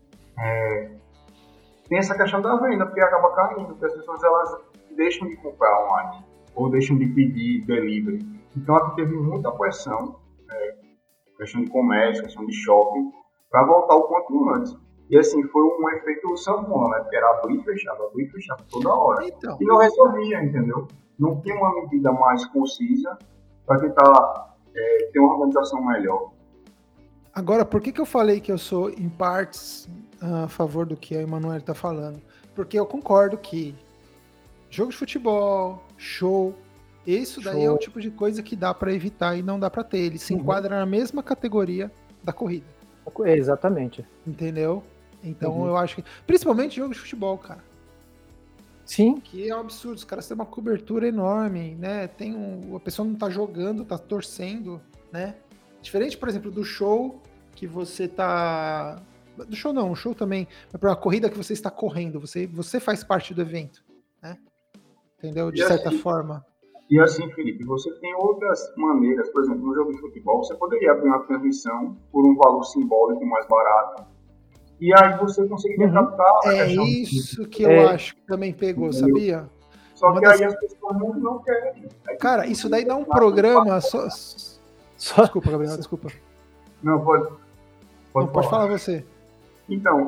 tem essa questão da venda, porque acaba caindo, porque as pessoas elas deixam de comprar online ou deixam de pedir delivery. Então aqui teve muita pressão, questão de comércio, questão de shopping, para voltar o quanto antes. E assim, foi um efeito sanfona, né? Porque era abrir e fechar toda hora. Então, e não resolvia, entendeu? Não tinha uma medida mais concisa para tentar ter uma organização melhor. Agora, por que eu falei que eu sou, em partes, a favor do que a Emanuele está falando? Porque eu concordo que jogo de futebol, show, isso daí é o tipo de coisa que dá para evitar e não dá para ter. Ele se enquadra na mesma categoria da corrida. Exatamente. Entendeu? Então eu acho que... Principalmente jogo de futebol, cara. Sim. Que é um absurdo. Os caras têm uma cobertura enorme, né? A pessoa não tá jogando, tá torcendo, né? Diferente, por exemplo, do show que você tá... Do show não, o show também. Mas para uma corrida que você está correndo, você faz parte do evento, né? Entendeu? De certa forma. E assim, Felipe, você tem outras maneiras. Por exemplo, no jogo de futebol, você poderia abrir uma transmissão por um valor simbólico mais barato. E aí você conseguiria captar a questão. É isso que eu acho que também pegou, sabia? Só que aí as pessoas não querem. Cara, isso daí dá um programa... Desculpa, Gabriel, desculpa. Não, pode falar você. Então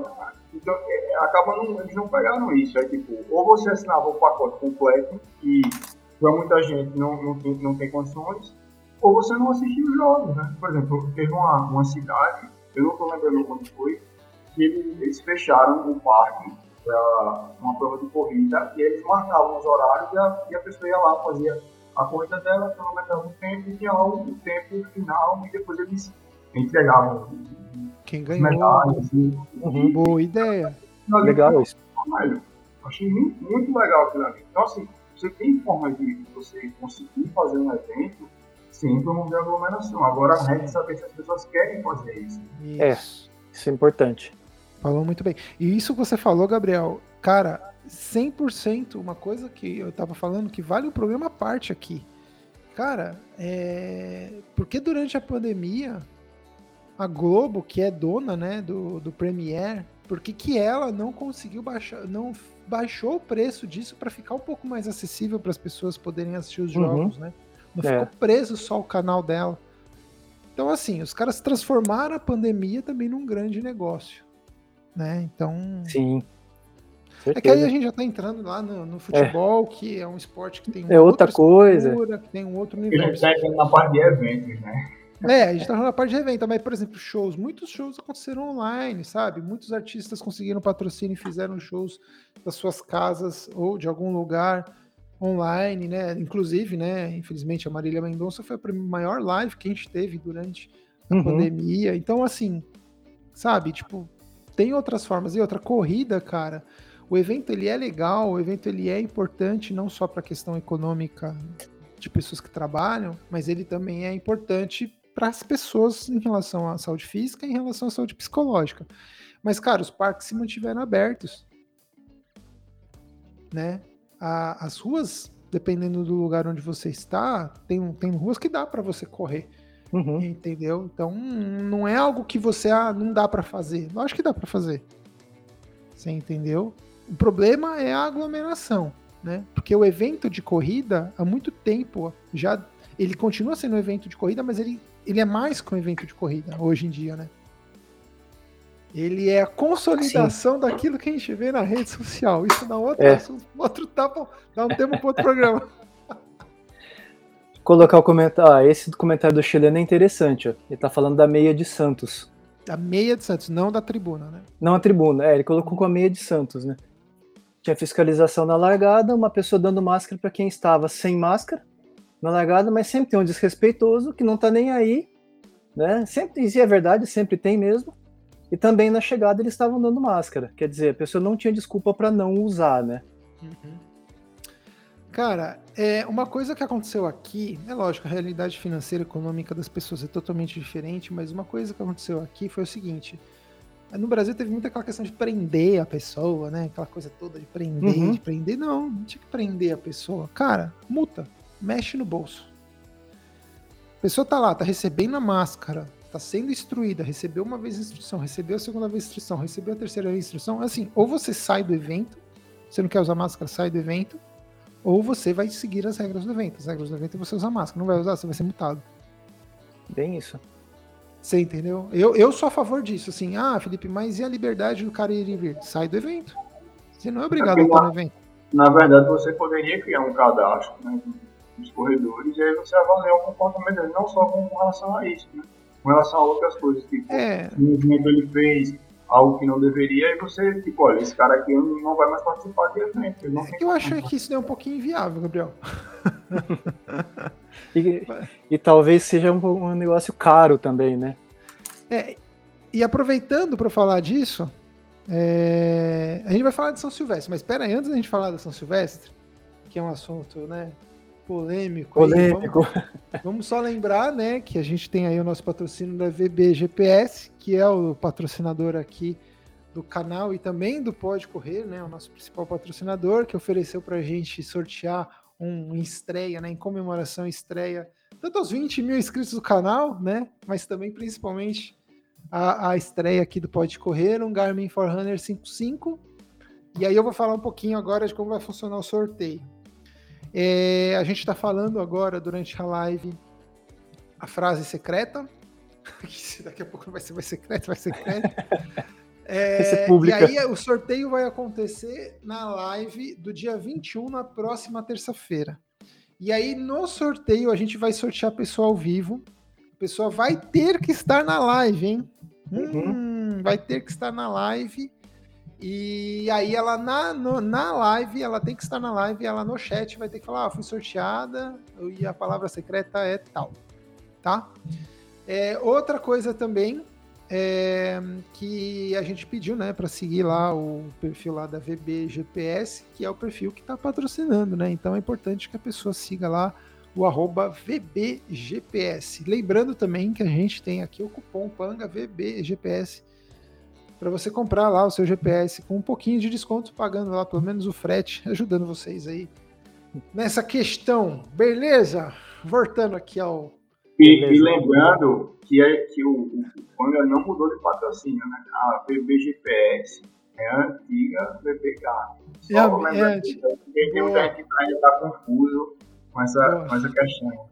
eles não pegaram isso. É tipo, ou você assinava o pacote completo, que para muita gente não tem condições, ou você não assistia os jogos, né? Por exemplo, teve uma cidade, eu não estou lembrando quando foi, que eles fecharam o parque para uma prova de corrida, e eles marcavam os horários e a pessoa ia lá, fazia a corrida dela, cronometrava o tempo, e tinha lá o tempo final, e depois eles entregavam quem ganhou. Medalhas, boa ideia. Legal isso. Achei muito, muito legal aquilo ali. Então, assim, você tem forma de você conseguir fazer um evento sem promover aglomeração. Agora a regra é saber se as pessoas querem fazer isso. Isso é importante. Falou muito bem. E isso que você falou, Gabriel, cara, 100% uma coisa que eu tava falando que vale um programa à parte aqui. Cara, porque durante a pandemia, a Globo, que é dona, né, do Premiere, por que ela não conseguiu não baixou o preço disso para ficar um pouco mais acessível para as pessoas poderem assistir os jogos, né? Não ficou preso só o canal dela. Então, assim, os caras transformaram a pandemia também num grande negócio, né? Então... Sim. É que aí a gente já tá entrando lá no futebol, que é um esporte que tem outra coisa, que tem um outro universo. A gente tá entrando na parte de eventos, né? A gente tá na parte de evento, mas, por exemplo, muitos shows aconteceram online, sabe? Muitos artistas conseguiram patrocínio e fizeram shows das suas casas ou de algum lugar online, né? Inclusive, né? Infelizmente, a Marília Mendonça foi a maior live que a gente teve durante a pandemia. Então, assim, sabe? Tipo, tem outras formas. E outra corrida, cara, o evento ele é legal, o evento ele é importante não só para a questão econômica de pessoas que trabalham, mas ele também é importante para as pessoas em relação à saúde física e em relação à saúde psicológica. Mas, cara, os parques se mantiveram abertos, né? As ruas, dependendo do lugar onde você está, tem ruas que dá para você correr, entendeu? Então, não é algo que você, não dá para fazer. Eu acho que dá para fazer. Você entendeu? O problema é a aglomeração, né? Porque o evento de corrida, há muito tempo, ele continua sendo um evento de corrida, mas ele é mais que um evento de corrida, hoje em dia, né? Ele é a consolidação daquilo que a gente vê na rede social. Isso dá dá um tema para outro programa. Colocar o comentário. Esse comentário do chileno é interessante, ó. Ele tá falando da meia de Santos. Da meia de Santos, não da tribuna, né? Não a tribuna, ele colocou com a meia de Santos, né? Tinha fiscalização na largada, uma pessoa dando máscara para quem estava sem máscara na largada, mas sempre tem um desrespeitoso que não tá nem aí, né? Sempre, isso é verdade, sempre tem mesmo. E também na chegada eles estavam dando máscara. Quer dizer, a pessoa não tinha desculpa para não usar, né? Cara, uma coisa que aconteceu aqui, é lógico, a realidade financeira e econômica das pessoas é totalmente diferente, mas uma coisa que aconteceu aqui foi o seguinte: no Brasil teve muita aquela questão de prender a pessoa, né? Aquela coisa toda de prender. Não tinha que prender a pessoa. Cara, multa, mexe no bolso. A pessoa tá lá, tá recebendo a máscara, tá sendo instruída, recebeu uma vez a instrução, recebeu a segunda vez a instrução, recebeu a terceira vez a instrução. Assim, ou você sai do evento, você não quer usar máscara, sai do evento, ou você vai seguir as regras do evento. As regras do evento é você usar máscara. Não vai usar, você vai ser multado. Bem isso. Você entendeu? Eu sou a favor disso. Assim, Felipe, mas e a liberdade do cara ir e vir? Sai do evento. Você não é obrigado a estar no evento. Na verdade, você poderia criar um cadastro, né, dos corredores, e aí você avaliar o comportamento dele, não só com relação a isso, né? Com relação a outras coisas. Tipo, no evento ele fez algo que não deveria, e você, tipo, olha, esse cara aqui não vai mais participar do evento. Eu acho que isso é um pouquinho inviável, Gabriel. e talvez seja um negócio caro também, né? E aproveitando para falar disso, a gente vai falar de São Silvestre, mas espera aí, antes da gente falar da São Silvestre, que é um assunto, né, polêmico. Vamos só lembrar, né, que a gente tem aí o nosso patrocínio da VB GPS, que é o patrocinador aqui do canal e também do Pode Correr, né, o nosso principal patrocinador, que ofereceu para a gente sortear um estreia, né, em comemoração estreia, tanto aos 20 mil inscritos do canal, né, mas também principalmente a estreia aqui do Pode Correr, um Garmin Forerunner 55. E aí eu vou falar um pouquinho agora de como vai funcionar o sorteio. A gente está falando agora, durante a live, a frase secreta. Daqui a pouco vai ser secreto. E aí o sorteio vai acontecer na live do dia 21, na próxima terça-feira. E aí no sorteio a gente vai sortear a pessoa ao vivo. A pessoa vai ter que estar na live, hein? Vai ter que estar na live. E aí ela na live, ela tem que estar na live, ela no chat vai ter que falar, fui sorteada e a palavra secreta é tal, tá? Outra coisa também que a gente pediu, né, para seguir lá o perfil lá da VB GPS, que é o perfil que está patrocinando, né? Então é importante que a pessoa siga lá o @VBGPS. Lembrando também que a gente tem aqui o cupom PANGA VBGPS para você comprar lá o seu GPS com um pouquinho de desconto, pagando lá pelo menos o frete, ajudando vocês aí nessa questão. Beleza? Voltando aqui ao... E lembrando que o Panga não mudou de patrocínio, né? A VBGPS é a antiga VBK. Só lembrando que tem muita gente que ainda está confuso com essa questão.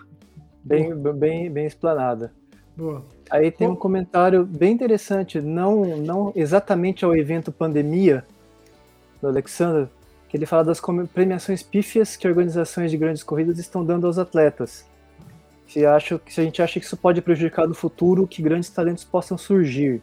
Bem explanada. Boa. Aí tem um comentário bem interessante, não exatamente ao evento pandemia, do Alexandre, que ele fala das premiações pífias que organizações de grandes corridas estão dando aos atletas. Se a gente acha que isso pode prejudicar no futuro, que grandes talentos possam surgir.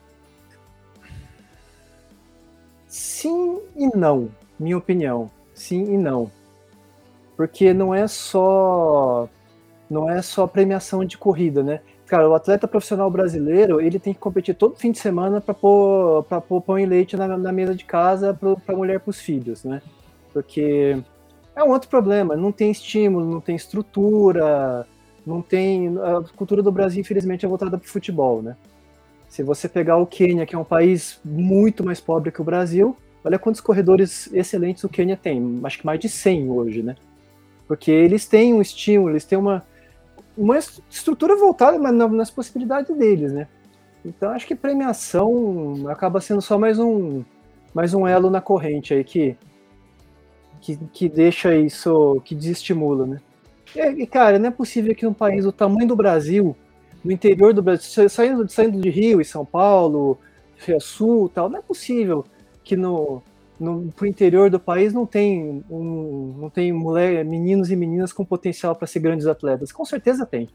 Sim e não, minha opinião. Sim e não. Porque não é só premiação de corrida, né? Cara, o atleta profissional brasileiro, ele tem que competir todo fim de semana para pôr pão e leite na mesa de casa para a mulher e para os filhos, né? Porque é um outro problema, não tem estímulo, não tem estrutura, não tem... A cultura do Brasil, infelizmente, é voltada para o futebol, né? Se você pegar o Quênia, que é um país muito mais pobre que o Brasil, olha quantos corredores excelentes o Quênia tem, acho que mais de 100 hoje, né? Porque eles têm um estímulo, eles têm uma estrutura voltada nas possibilidades deles, né? Então acho que premiação acaba sendo só mais um elo na corrente aí que deixa isso, que desestimula, né? E cara, não é possível que um país do tamanho do Brasil, no interior do Brasil, saindo de Rio e São Paulo, Sul, tal, não é possível que pro interior do país não tem meninos e meninas com potencial para ser grandes atletas. Com certeza tem.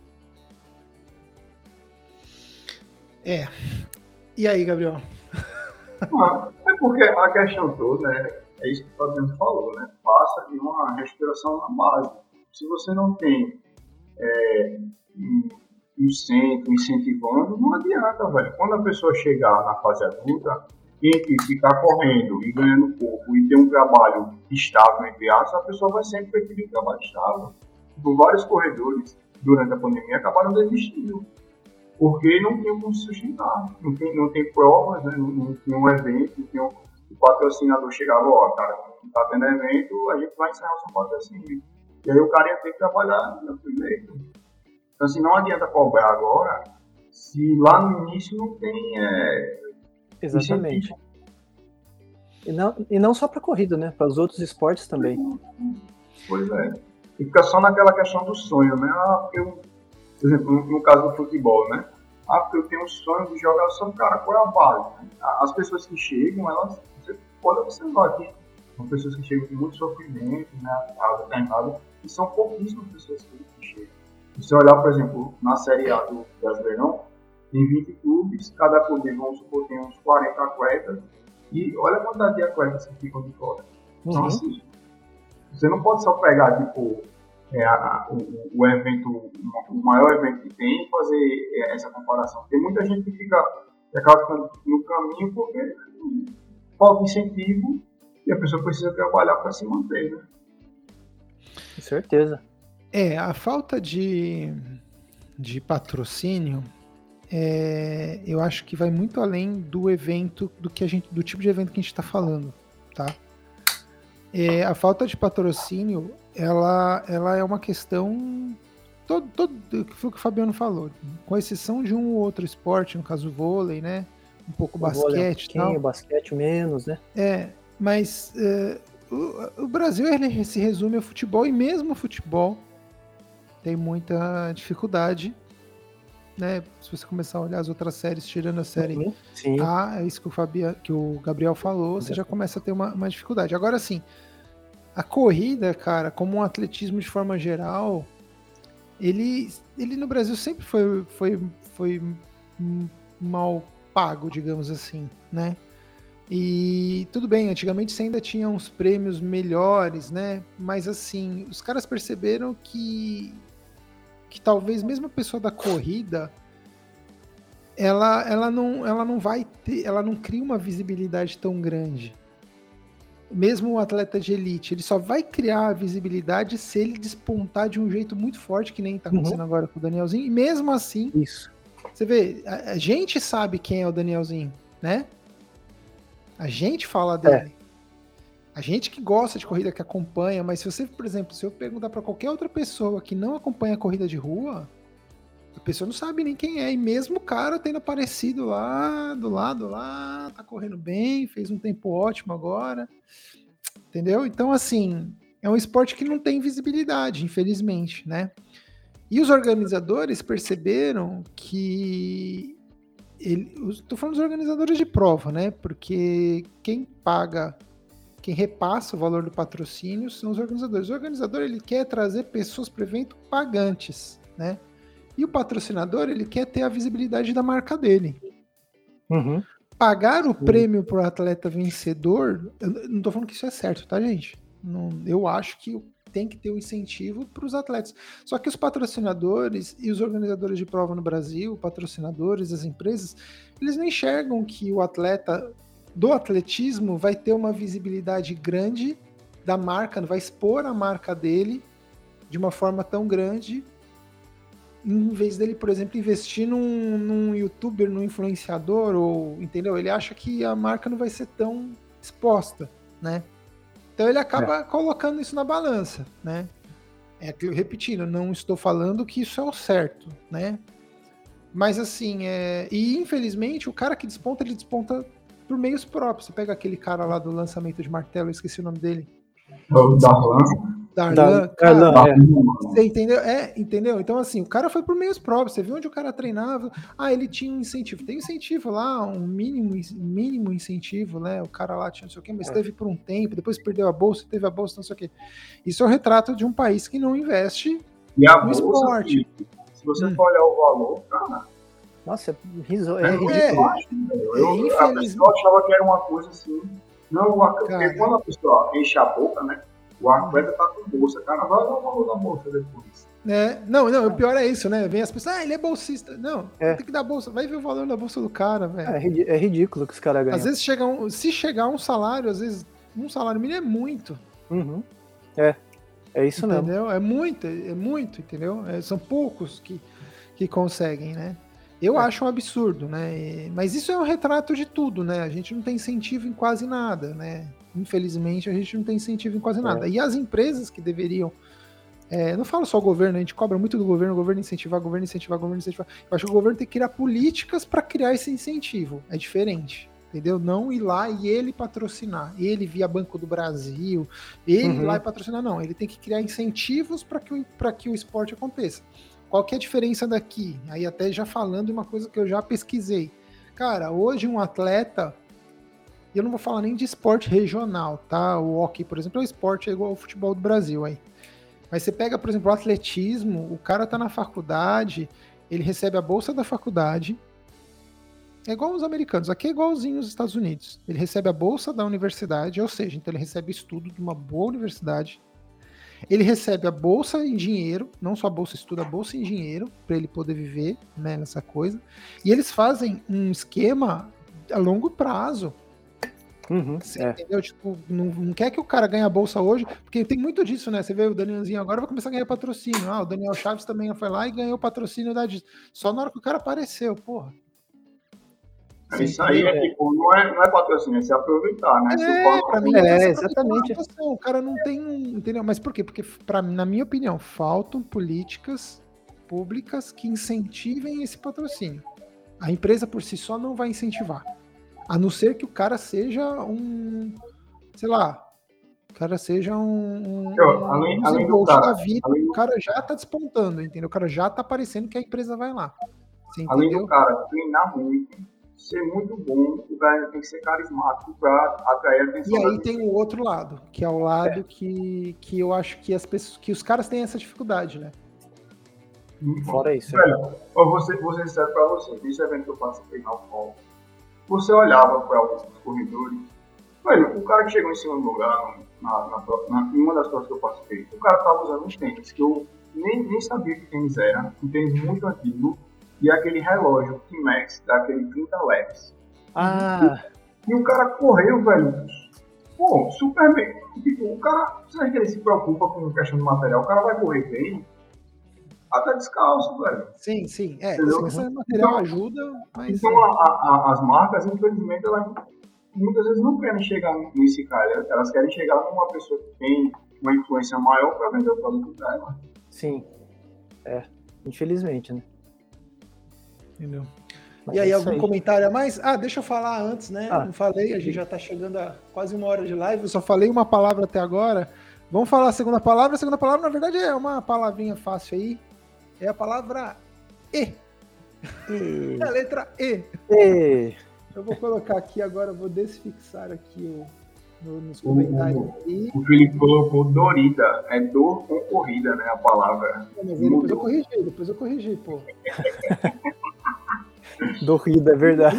E aí, Gabriel? É porque a questão toda é isso que o Fabiano falou, né? Passa de uma respiração na base. Se você não tem um centro incentivando, não adianta, velho. Quando a pessoa chegar na fase adulta, tem que ficar correndo e ganhando pouco e ter um trabalho estável, entre aspas, a pessoa vai sempre preferir um trabalho estável. Tipo, vários corredores, durante a pandemia, acabaram desistindo, porque não tinham como se sustentar. Não tem provas, né? Não tinha um evento, o patrocinador chegava, cara, não tá tendo evento, a gente vai encerrar o seu patrocínio. E aí o cara ia ter que trabalhar do outro jeito. Então, assim, não adianta cobrar agora, se lá no início não tem... Exatamente. E não só para corrida, né? Para os outros esportes também. Pois é. E fica só naquela questão do sonho, né? Porque por exemplo, no caso do futebol, né? Porque eu tenho um sonho de jogar só, cara, qual é a base? Né? As pessoas que chegam, elas... Você pode observar aqui. São pessoas que chegam com muito sofrimento, né? E são pouquíssimas pessoas que chegam. Se você olhar, por exemplo, na Série A do Brasileirão, tem 20 clubes, cada clube, vamos supor, tem uns 40 atletas, e olha a quantidade de atletas que ficam de fora. Então, assim, você não pode só pegar, tipo, o evento, o maior evento que tem e fazer essa comparação. Tem muita gente que acaba ficando no caminho porque falta incentivo e a pessoa precisa trabalhar para se manter, né? Com certeza. A falta de patrocínio, eu acho que vai muito além do evento, do tipo de evento que a gente está falando, tá? A falta de patrocínio, ela é uma questão, foi o que o Fabiano falou, com exceção de um ou outro esporte, no caso o vôlei, né? Um pouco o basquete, tal. O basquete menos, né? Mas o Brasil, ele se resume ao futebol, e mesmo o futebol tem muita dificuldade né? Se você começar a olhar as outras séries, tirando a série Sim. A, é isso que o Gabriel falou, você já começa a ter uma dificuldade. Agora, assim, a corrida, cara, como um atletismo de forma geral, ele no Brasil sempre foi mal pago, digamos assim, né? E tudo bem, antigamente você ainda tinha uns prêmios melhores, né? Mas assim, os caras perceberam que talvez mesmo a pessoa da corrida, ela não vai ter, ela não cria uma visibilidade tão grande. Mesmo o atleta de elite, ele só vai criar a visibilidade se ele despontar de um jeito muito forte, que nem tá acontecendo agora com o Danielzinho. E mesmo assim, você vê, a gente sabe quem é o Danielzinho, né? A gente fala dele. A gente que gosta de corrida, que acompanha, mas se você, por exemplo, se eu perguntar para qualquer outra pessoa que não acompanha a corrida de rua, a pessoa não sabe nem quem é. E mesmo o cara tendo aparecido lá, do lado lá, tá correndo bem, fez um tempo ótimo agora. Entendeu? Então, assim, é um esporte que não tem visibilidade, infelizmente, né? E os organizadores perceberam que estou falando dos organizadores de prova, né? Porque quem repassa o valor do patrocínio são os organizadores. O organizador, ele quer trazer pessoas para o evento pagantes, né? E o patrocinador, ele quer ter a visibilidade da marca dele. Pagar o prêmio para o atleta vencedor, eu não estou falando que isso é certo, tá, gente? Não, eu acho que tem que ter um incentivo para os atletas. Só que os patrocinadores e os organizadores de prova no Brasil, patrocinadores, as empresas, eles não enxergam que o atleta do atletismo vai ter uma visibilidade grande da marca, vai expor a marca dele de uma forma tão grande, em vez dele, por exemplo, investir num youtuber, num influenciador, ou, entendeu? Ele acha que a marca não vai ser tão exposta, né? Então ele acaba colocando isso na balança, né? Repetindo, não estou falando que isso é o certo, né? Mas assim, e infelizmente o cara que desponta, ele desponta por meios próprios. Você pega aquele cara lá do lançamento de martelo, eu esqueci o nome dele. Darlan, você entendeu? Entendeu? Então, assim, o cara foi por meios próprios. Você viu onde o cara treinava? Ele tinha um incentivo. Tem incentivo lá, um mínimo incentivo, né? O cara lá tinha não sei o quê, mas teve por um tempo, depois perdeu a bolsa, teve a bolsa, não sei o quê. Isso é o retrato de um país que não investe no esporte. Se você for olhar o valor, cara... Nossa, é ridículo. A pessoa achava que era uma coisa assim... Não, porque quando a pessoa enche a boca, né? O atleta tá com bolsa, cara, vai dar o valor da bolsa depois. Não, o pior é isso, né? Vem as pessoas, ele é bolsista. Não, tem que dar bolsa. Vai ver o valor da bolsa do cara, velho. É ridículo que os caras ganham. Às vezes se chegar um salário, às vezes um salário mínimo é muito. É isso mesmo. Entendeu? É muito, entendeu? São poucos que conseguem, né? Eu acho um absurdo, né? Mas isso é um retrato de tudo, né? A gente não tem incentivo em quase nada, né? Infelizmente, a gente não tem incentivo em quase nada. E as empresas que deveriam... não falo só o governo, a gente cobra muito do governo, o governo incentivar. Eu acho que o governo tem que criar políticas para criar esse incentivo. É diferente, entendeu? Não ir lá e ele patrocinar. Ele via Banco do Brasil, ele ir lá e patrocinar. Não, ele tem que criar incentivos para que o esporte aconteça. Qual que é a diferença daqui? Aí até já falando uma coisa que eu já pesquisei. Cara, hoje um atleta... eu não vou falar nem de esporte regional, tá? O hockey, por exemplo, é um esporte igual ao futebol do Brasil aí. Mas você pega, por exemplo, o atletismo, o cara tá na faculdade, ele recebe a bolsa da faculdade, é igual os americanos, aqui é igualzinho os Estados Unidos. Ele recebe a bolsa da universidade, ou seja, então ele recebe estudo de uma boa universidade, ele recebe a bolsa em dinheiro, não só a bolsa estudo, a bolsa em dinheiro, para ele poder viver, né, nessa coisa, e eles fazem um esquema a longo prazo. Você entendeu? Tipo, não quer que o cara ganhe a bolsa hoje, porque tem muito disso, né? Você vê o Danielzinho agora vai começar a ganhar patrocínio. O Daniel Chaves também foi lá e ganhou patrocínio da Disney. Só na hora que o cara apareceu, porra. Isso aí tipo, não é patrocínio, é se aproveitar, né? Pra mim exatamente. O cara não tem entendeu? Mas por quê? Porque, na minha opinião, faltam políticas públicas que incentivem esse patrocínio. A empresa por si só não vai incentivar. A não ser que o cara seja além do cara, da vida, o cara já tá despontando, entendeu? O cara já tá aparecendo que a empresa vai lá. além do cara treinar muito, ser muito bom, o cara tem que ser carismático para atrair a atenção. E aí tem o outro lado, que é o lado que eu acho que que os caras têm essa dificuldade, né? Fora isso. Velho, eu vou ser sincero pra você, nesse evento que eu participei na UFOL, você olhava para os corredores, velho, o cara que chegou em segundo lugar em uma das provas que eu participei, o cara tava usando uns tênis que eu nem sabia que tênis era, um tênis muito antigo, e aquele relógio T-Max, daquele 30 laps. E o cara correu, velho, pô, super bem. Tipo, o cara, você acha que ele se preocupa com questão de material? O cara vai correr bem, até descalço, velho. Sim. Essa questão de material então, ajuda, mas... Então, as marcas, infelizmente, elas muitas vezes não querem chegar nesse cara. Elas querem chegar numa pessoa que tem uma influência maior para vender o produto dela. Sim. Infelizmente, né? Entendeu? Mas e aí, algum comentário a mais? Deixa eu falar antes, né? Não falei, a gente já tá chegando a quase 1 hora de live, eu só falei uma palavra até agora. Vamos falar a segunda palavra. A segunda palavra, na verdade, é uma palavrinha fácil aí. É a palavra E. É a letra E. Eu vou colocar aqui agora, vou desfixar aqui nos comentários. O Felipe colocou Dorida. É dor com corrida, né? A palavra. Depois eu corrigi, pô. Dorida, é verdade.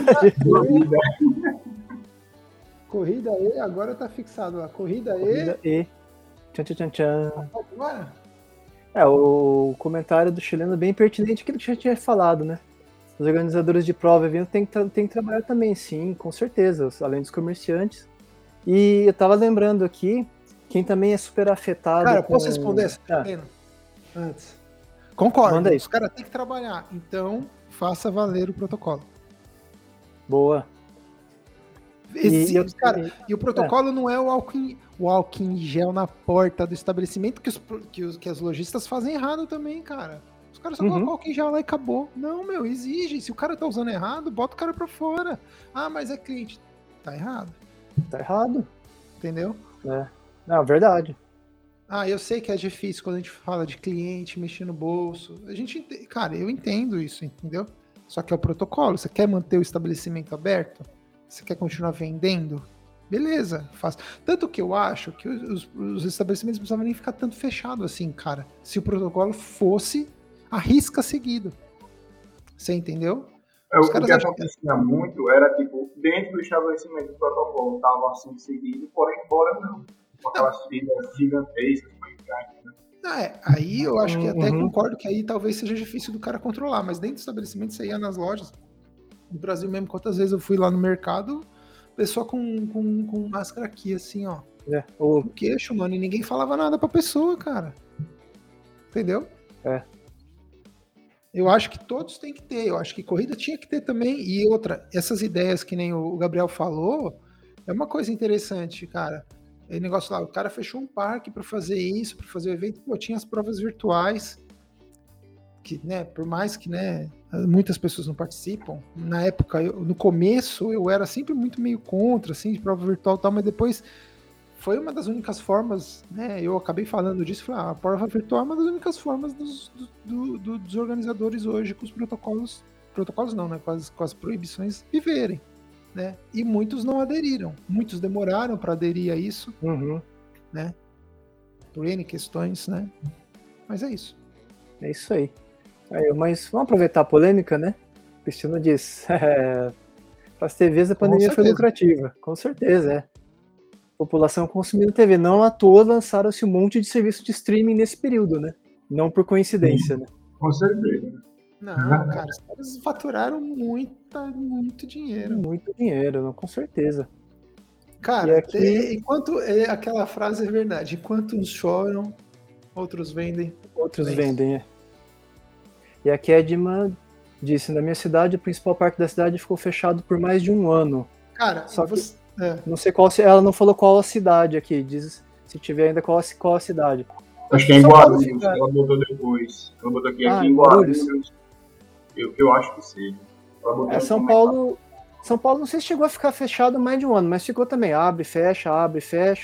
Corrida E, agora tá fixado lá. Corrida E. Tchan. O comentário do chileno é bem pertinente que ele já tinha falado, né? Os organizadores de prova e evento têm que trabalhar também, sim, com certeza, além dos comerciantes. E eu tava lembrando aqui, quem também é super afetado... Cara, posso responder essa antes? Concordo, manda aí. Os caras têm que trabalhar, então faça valer o protocolo. Boa. E o protocolo não é o álcool em gel na porta do estabelecimento que as lojistas fazem errado também, cara. Os caras só colocam álcool em gel lá e acabou. Não, meu, exige. Se o cara tá usando errado, bota o cara pra fora. Mas é cliente. Tá errado. Tá errado. Entendeu? Não, verdade. Eu sei que é difícil quando a gente fala de cliente mexer no bolso. Cara, eu entendo isso, entendeu? Só que é o protocolo. Você quer manter o estabelecimento aberto? Você quer continuar vendendo? Beleza, faz. Tanto que eu acho que os estabelecimentos não precisavam nem ficar tanto fechados assim, cara. Se o protocolo fosse a risca seguido. Você entendeu? O que acontecia muito era, tipo, dentro do estabelecimento do protocolo estava assim seguido, porém fora não. Com aquelas filas gigantescas para entrar, né? Aí eu acho que até concordo que aí talvez seja difícil do cara controlar, mas dentro do estabelecimento você ia nas lojas. No Brasil mesmo, quantas vezes eu fui lá no mercado, pessoa com máscara aqui, assim, ó. No queixo, mano, e ninguém falava nada pra pessoa, cara. Entendeu? Eu acho que todos têm que ter, eu acho que corrida tinha que ter também, e outra, essas ideias que nem o Gabriel falou, é uma coisa interessante, cara. O negócio lá, o cara fechou um parque pra fazer isso, pra fazer o evento, tinha as provas virtuais, que, né, por mais que, né, muitas pessoas não participam, na época, no começo, eu era sempre muito meio contra, assim, de prova virtual e tal, mas depois foi uma das únicas formas, né, eu acabei falando disso, falei, a prova virtual é uma das únicas formas dos organizadores hoje com os protocolos não, né, com as proibições viverem, né, e muitos não aderiram, muitos demoraram para aderir a isso, né, por N questões, né, mas é isso. É isso aí. Mas vamos aproveitar a polêmica, né? O Cristiano diz, para as TVs a pandemia foi lucrativa. Com certeza, População consumindo TV. Não à toa lançaram-se um monte de serviço de streaming nesse período, né? Não por coincidência, né? Com certeza. Não, cara, os caras faturaram muito dinheiro. Muito dinheiro, não, com certeza. Cara, enquanto aquela frase é verdade, enquanto uns choram, outros vendem. Vendem. E a Kedma disse, na minha cidade, o principal parque da cidade ficou fechado por mais de 1 ano. Cara, só que não sei qual, ela não falou qual a cidade aqui, diz se tiver ainda qual a cidade. Acho que é em Guarulhos, ela botou depois. Ela botou aqui em Guarulhos. Eu acho que sim. São Paulo não sei se chegou a ficar fechado mais de 1 ano, mas ficou também, abre, fecha,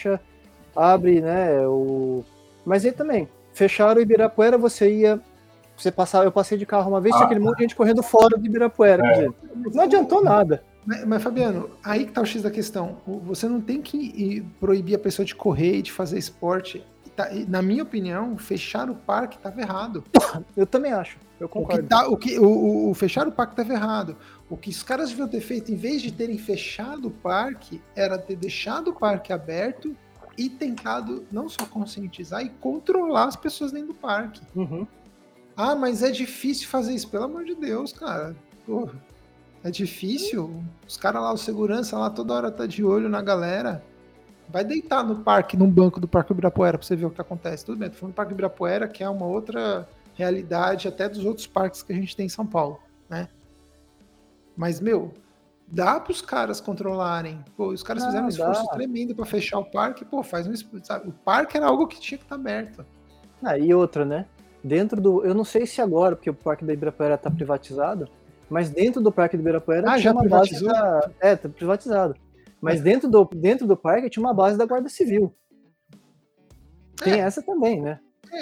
né, mas aí também, fecharam o Ibirapuera, você ia eu passei de carro uma vez, tinha aquele monte de gente correndo fora do Ibirapuera. Quer dizer, não adiantou nada. Mas, Fabiano, aí que tá o X da questão. Você não tem que proibir a pessoa de correr e de fazer esporte. Na minha opinião, fechar o parque estava errado. Eu também acho, eu concordo. O fechar o parque estava errado. O que os caras deviam ter feito, em vez de terem fechado o parque, era ter deixado o parque aberto e tentado não só conscientizar e controlar as pessoas dentro do parque. Uhum. Ah, mas é difícil fazer isso. Pelo amor de Deus, cara. Porra, é difícil. Os caras lá, o segurança lá, toda hora tá de olho na galera. Vai deitar no parque, num banco do Parque Ibirapuera pra você ver o que acontece. Tudo bem, tô falando do Parque Ibirapuera, que é uma outra realidade até dos outros parques que a gente tem em São Paulo, né? Mas, dá pros caras controlarem. Pô, os caras fizeram um esforço tremendo pra fechar o parque. Pô, sabe? O parque era algo que tinha que estar aberto. E outra, né? Eu não sei se agora, porque o Parque da Ibirapuera tá privatizado, mas dentro do Parque do Ibirapuera tinha uma base tá privatizado. Mas dentro do parque tinha uma base da Guarda Civil. Tem essa também, né?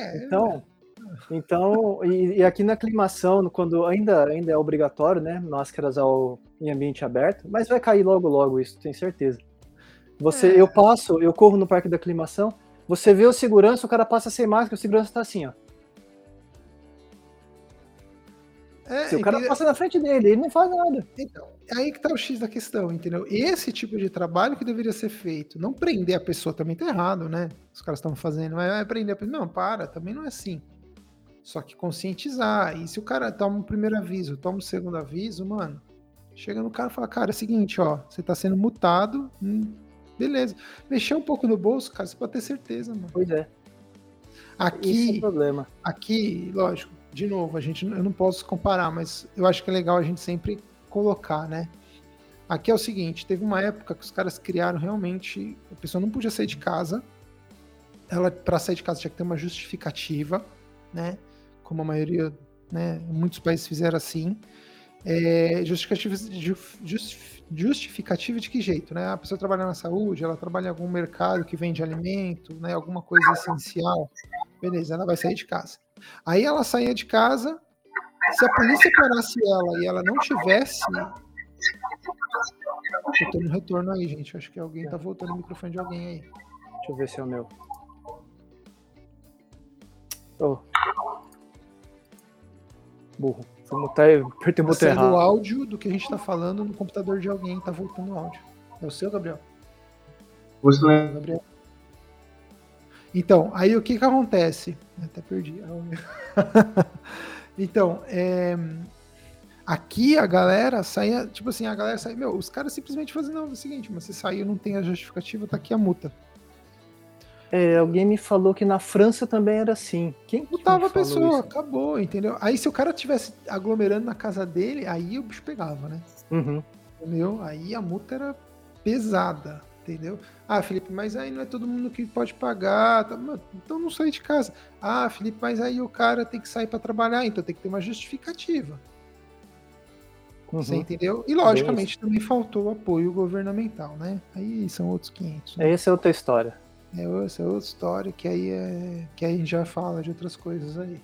Então, e aqui na aclimação, quando ainda é obrigatório, né? Máscaras em ambiente aberto, mas vai cair logo isso, tenho certeza. Eu corro no parque da aclimação, você vê o segurança, o cara passa sem máscara, o segurança tá assim, ó. Se o cara passa na frente dele, ele não faz nada. Então, aí que tá o X da questão, entendeu? Esse tipo de trabalho que deveria ser feito. Não prender a pessoa também tá errado, né? Os caras estão fazendo, mas prender a pessoa. Não, também não é assim. Só que conscientizar. E se o cara toma um primeiro aviso, toma um segundo aviso, mano, chega no cara e fala, cara, é o seguinte, ó, você tá sendo multado, beleza. Mexer um pouco no bolso, cara, você pode ter certeza, mano. Pois é. Aqui, esse é o problema. Aqui, lógico, de novo, eu não posso comparar, mas eu acho que é legal a gente sempre colocar, né? Aqui é o seguinte, teve uma época que os caras criaram realmente, a pessoa não podia sair de casa, ela para sair de casa tinha que ter uma justificativa, né? Como a maioria, né, muitos países fizeram assim. Justificativa de que jeito, né? A pessoa trabalha na saúde, ela trabalha em algum mercado que vende alimento, né? Alguma coisa essencial, beleza, ela vai sair de casa. Aí ela saía de casa, se a polícia parasse ela e ela não tivesse... Eu tô no retorno aí, gente. Acho que alguém tá voltando o microfone de alguém aí. Deixa eu ver se é o meu. Burro. Apertei o botão errado. O áudio do que a gente tá falando no computador de alguém, tá voltando o áudio. É o seu, Gabriel? Você, Gabriel. Então, aí o que acontece? Até perdi. Então, aqui a galera saía, tipo assim, os caras simplesmente faziam, não, é o seguinte, mas você saiu, não tem a justificativa, tá aqui a multa. Alguém me falou que na França também era assim. Quem multava a pessoa, acabou, entendeu? Aí se o cara tivesse aglomerando na casa dele, aí o bicho pegava, né? Uhum. Entendeu? Aí a multa era pesada, entendeu? Ah, Felipe, mas aí não é todo mundo que pode pagar, tá? Então não sai de casa. Ah, Felipe, mas aí o cara tem que sair para trabalhar, então tem que ter uma justificativa. Uhum. Você entendeu? E logicamente também faltou o apoio governamental, né? Aí são outros 500. Né? Essa é outra história. Essa é outra história que aí que a gente já fala de outras coisas aí.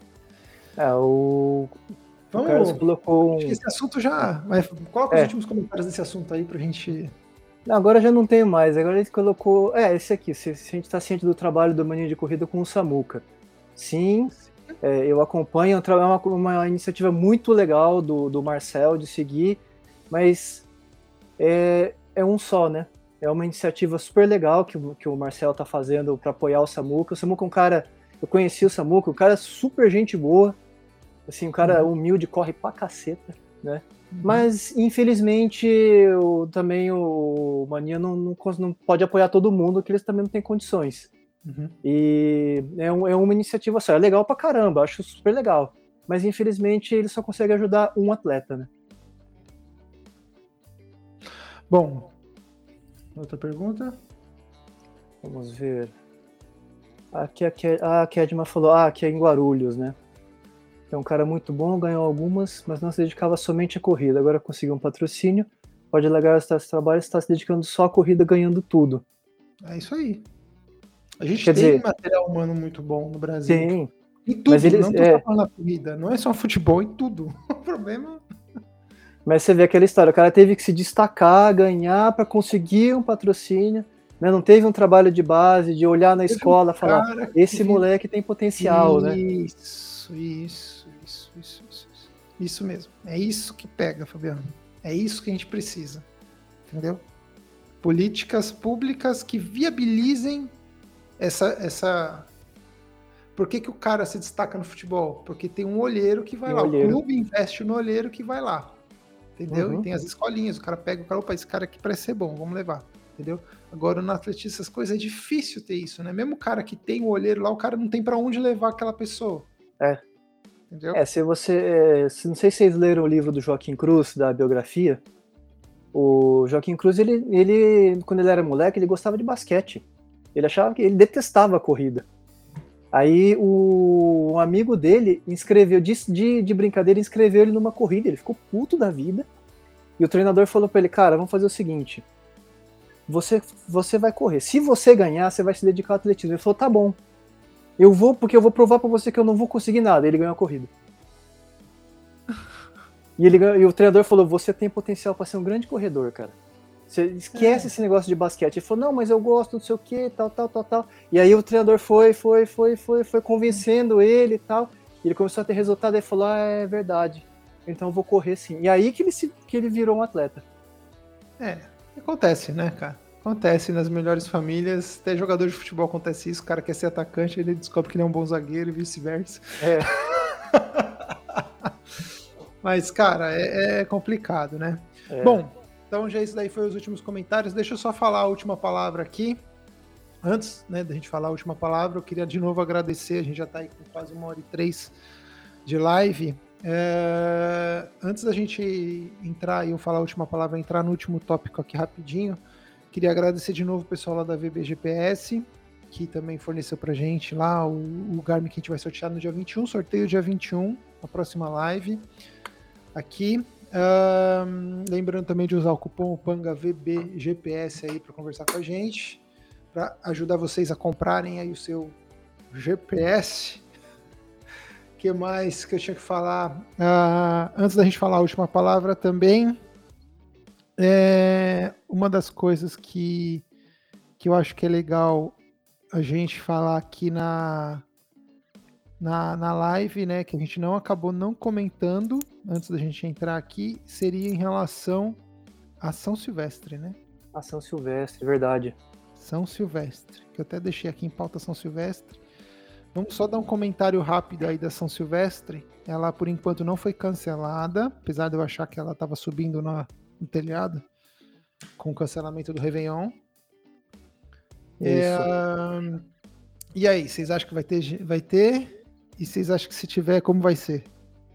O Carlos colocou Acho que esse assunto já... Mas coloca os últimos comentários desse assunto aí pra gente... Não, agora já não tenho mais. Agora ele colocou... esse aqui. Se a gente tá ciente do trabalho do Mania de Corrida com o Samuca. Sim, eu acompanho. É uma iniciativa muito legal do Marcel de seguir, mas é um só, né? É uma iniciativa super legal que o Marcel tá fazendo para apoiar o Samuca. O Samuca é um cara... Eu conheci o Samuca, um cara super gente boa. Assim, um cara humilde, corre pra caceta, né? Mas, infelizmente, também o Mania não pode apoiar todo mundo, que eles também não têm condições. E é uma iniciativa só. É legal pra caramba, acho super legal. Mas, infelizmente, ele só consegue ajudar um atleta, né? Bom... Outra pergunta? Vamos ver. Aqui a Kedma falou, aqui é em Guarulhos, né? É um cara muito bom, ganhou algumas, mas não se dedicava somente à corrida. Agora conseguiu um patrocínio, pode largar esse trabalho e está se dedicando só à corrida, ganhando tudo. É isso aí. A gente tem material humano muito bom no Brasil. Tem. Em tudo, mas eles, não tô só falando na corrida, não é só futebol, em tudo. O problema... Mas você vê aquela história, o cara teve que se destacar, ganhar para conseguir um patrocínio, né? Não teve um trabalho de base, de olhar na escola e falar, esse moleque tem potencial, né? Isso mesmo. É isso que pega, Fabiano. É isso que a gente precisa. Entendeu? Políticas públicas que viabilizem essa... Por que o cara se destaca no futebol? Porque tem um olheiro que vai lá. O clube investe no olheiro que vai lá. Entendeu? E tem as escolinhas. O cara pega, opa, esse cara aqui parece ser bom, vamos levar. Entendeu? Agora, no atletismo, essas coisas é difícil ter isso, né? Mesmo o cara que tem o olheiro lá, o cara não tem pra onde levar aquela pessoa. Entendeu? Se você... não sei se vocês leram o livro do Joaquim Cruz, da biografia. O Joaquim Cruz, ele quando ele era moleque, ele gostava de basquete. Ele achava que... ele detestava a corrida. Aí um amigo dele inscreveu, de brincadeira, inscreveu ele numa corrida. Ele ficou puto da vida. E o treinador falou pra ele, cara, vamos fazer o seguinte. Você vai correr. Se você ganhar, você vai se dedicar ao atletismo. Ele falou, tá bom. Eu vou, porque eu vou provar pra você que eu não vou conseguir nada. Ele ganhou a corrida. E o treinador falou, você tem potencial pra ser um grande corredor, cara. Você esquece esse negócio de basquete. Ele falou, não, mas eu gosto, não sei o que, tal. E aí o treinador foi convencendo ele e tal. E ele começou a ter resultado e falou, é verdade. Então eu vou correr sim. E aí que ele virou um atleta. Acontece, né, cara? Acontece nas melhores famílias. Até jogador de futebol acontece isso. O cara quer ser atacante, ele descobre que ele é um bom zagueiro e vice-versa. Mas, cara, é complicado, né? Bom, então já isso daí foi os últimos comentários. Deixa eu só falar a última palavra aqui. Antes, né, da gente falar a última palavra, eu queria de novo agradecer. A gente já tá aí com quase 1h03 de live. Antes da gente entrar e eu falar a última palavra, entrar no último tópico aqui rapidinho, queria agradecer de novo o pessoal lá da VBGPS, que também forneceu pra gente lá o Garmin que a gente vai sortear no dia 21, sorteio dia 21, na próxima live aqui. Lembrando também de usar o cupom PANGAVBGPS aí para conversar com a gente, para ajudar vocês a comprarem aí o seu GPS. O que mais que eu tinha que falar? Antes da gente falar a última palavra também, uma das coisas que eu acho que é legal a gente falar aqui na live, né, que a gente acabou não comentando antes da gente entrar aqui, seria em relação a São Silvestre, né? A São Silvestre, verdade. São Silvestre, que eu até deixei aqui em pauta São Silvestre. Vamos só dar um comentário rápido aí da São Silvestre. Ela, por enquanto, não foi cancelada, apesar de eu achar que ela estava subindo no telhado com o cancelamento do Réveillon. E aí, vocês acham que vai ter? E vocês acham que se tiver, como vai ser?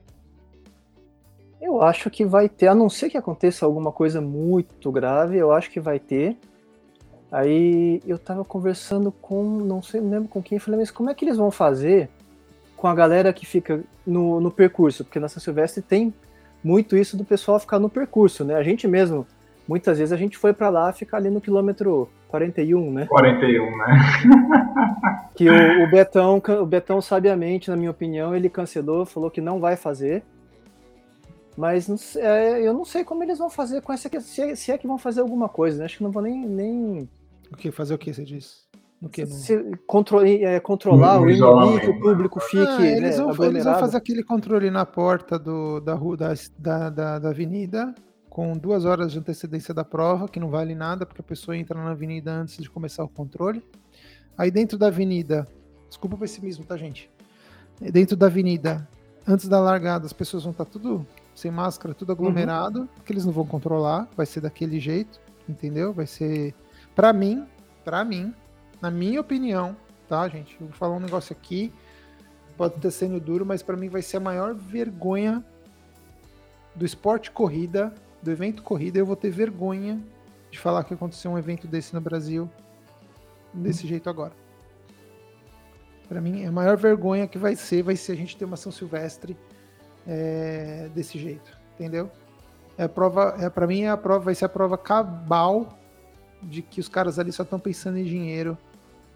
Eu acho que vai ter, a não ser que aconteça alguma coisa muito grave, eu acho que vai ter. Aí eu tava conversando não lembro com quem, eu falei, mas como é que eles vão fazer com a galera que fica no percurso? Porque na São Silvestre tem muito isso do pessoal ficar no percurso, né? A gente mesmo, muitas vezes a gente foi pra lá ficar ali no quilômetro 41, né? 41, né? Que o Betão, sabiamente, na minha opinião, ele cancelou, falou que não vai fazer. Mas eu não sei como eles vão fazer com essa... Se é que vão fazer alguma coisa, né? Acho que não vão nem... O que? Fazer o que, você disse? No que? Controlar o inimigo, que o público fique eles vão fazer aquele controle na porta da rua, da avenida, com 2 horas de antecedência da prova, que não vale nada, porque a pessoa entra na avenida antes de começar o controle. Aí dentro da avenida, desculpa o pessimismo, tá, gente? Dentro da avenida, antes da largada, as pessoas vão estar tudo sem máscara, tudo aglomerado, porque eles não vão controlar, vai ser daquele jeito, entendeu? Vai ser, pra mim, na minha opinião, tá, gente? Eu vou falar um negócio aqui, pode ter sendo duro, mas pra mim vai ser a maior vergonha do esporte corrida, do evento corrida. Eu vou ter vergonha de falar que aconteceu um evento desse no Brasil desse jeito agora. Pra mim, a maior vergonha que vai ser a gente ter uma São Silvestre desse jeito, entendeu? Pra mim, vai ser a prova cabal de que os caras ali só estão pensando em dinheiro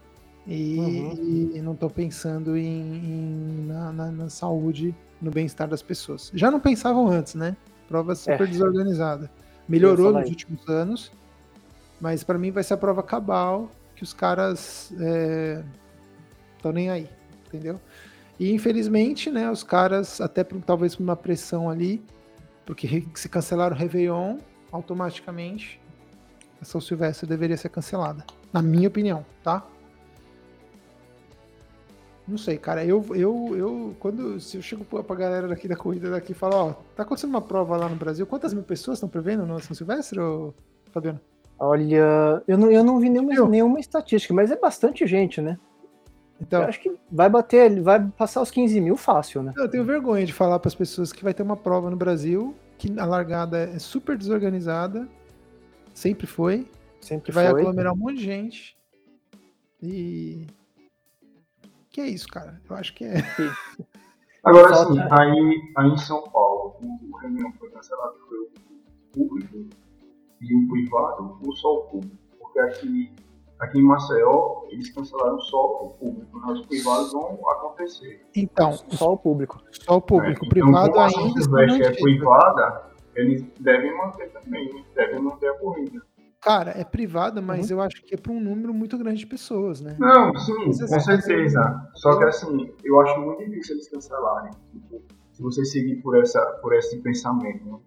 e não estou pensando na saúde, no bem-estar das pessoas. Já não pensavam antes, né? Prova super desorganizada. Melhorou nos últimos anos, mas para mim vai ser a prova cabal, que os caras estão nem aí, entendeu? E infelizmente, né, os caras, até talvez por uma pressão ali, porque se cancelaram o Réveillon, automaticamente a São Silvestre deveria ser cancelada, na minha opinião, tá? Não sei, cara, se eu chego pra galera daqui da corrida daqui e falo, ó, tá acontecendo uma prova lá no Brasil, quantas mil pessoas estão prevendo no São Silvestre, Fabiano? Olha, eu não vi nenhuma estatística, mas é bastante gente, né? Então, eu acho que vai passar os 15 mil fácil, né? Eu tenho vergonha de falar para as pessoas que vai ter uma prova no Brasil, que a largada é super desorganizada, sempre foi, que vai aglomerar um monte de gente, e... que é isso, cara? Eu acho que é... Agora sim, aí em São Paulo, o reunião foi cancelado pelo público e o privado, ou só o público? Porque aqui em Maceió, eles cancelaram só o público, né? Os privados vão acontecer. Então, só o público. Só o público. O privado então, ainda... Se é privada, eles devem manter também, devem manter a corrida. Cara, é privada, mas eu acho que é para um número muito grande de pessoas, né? Não, sim, com certeza. Só que assim, eu acho muito difícil eles cancelarem. Tipo, se você seguir por esse pensamento, né?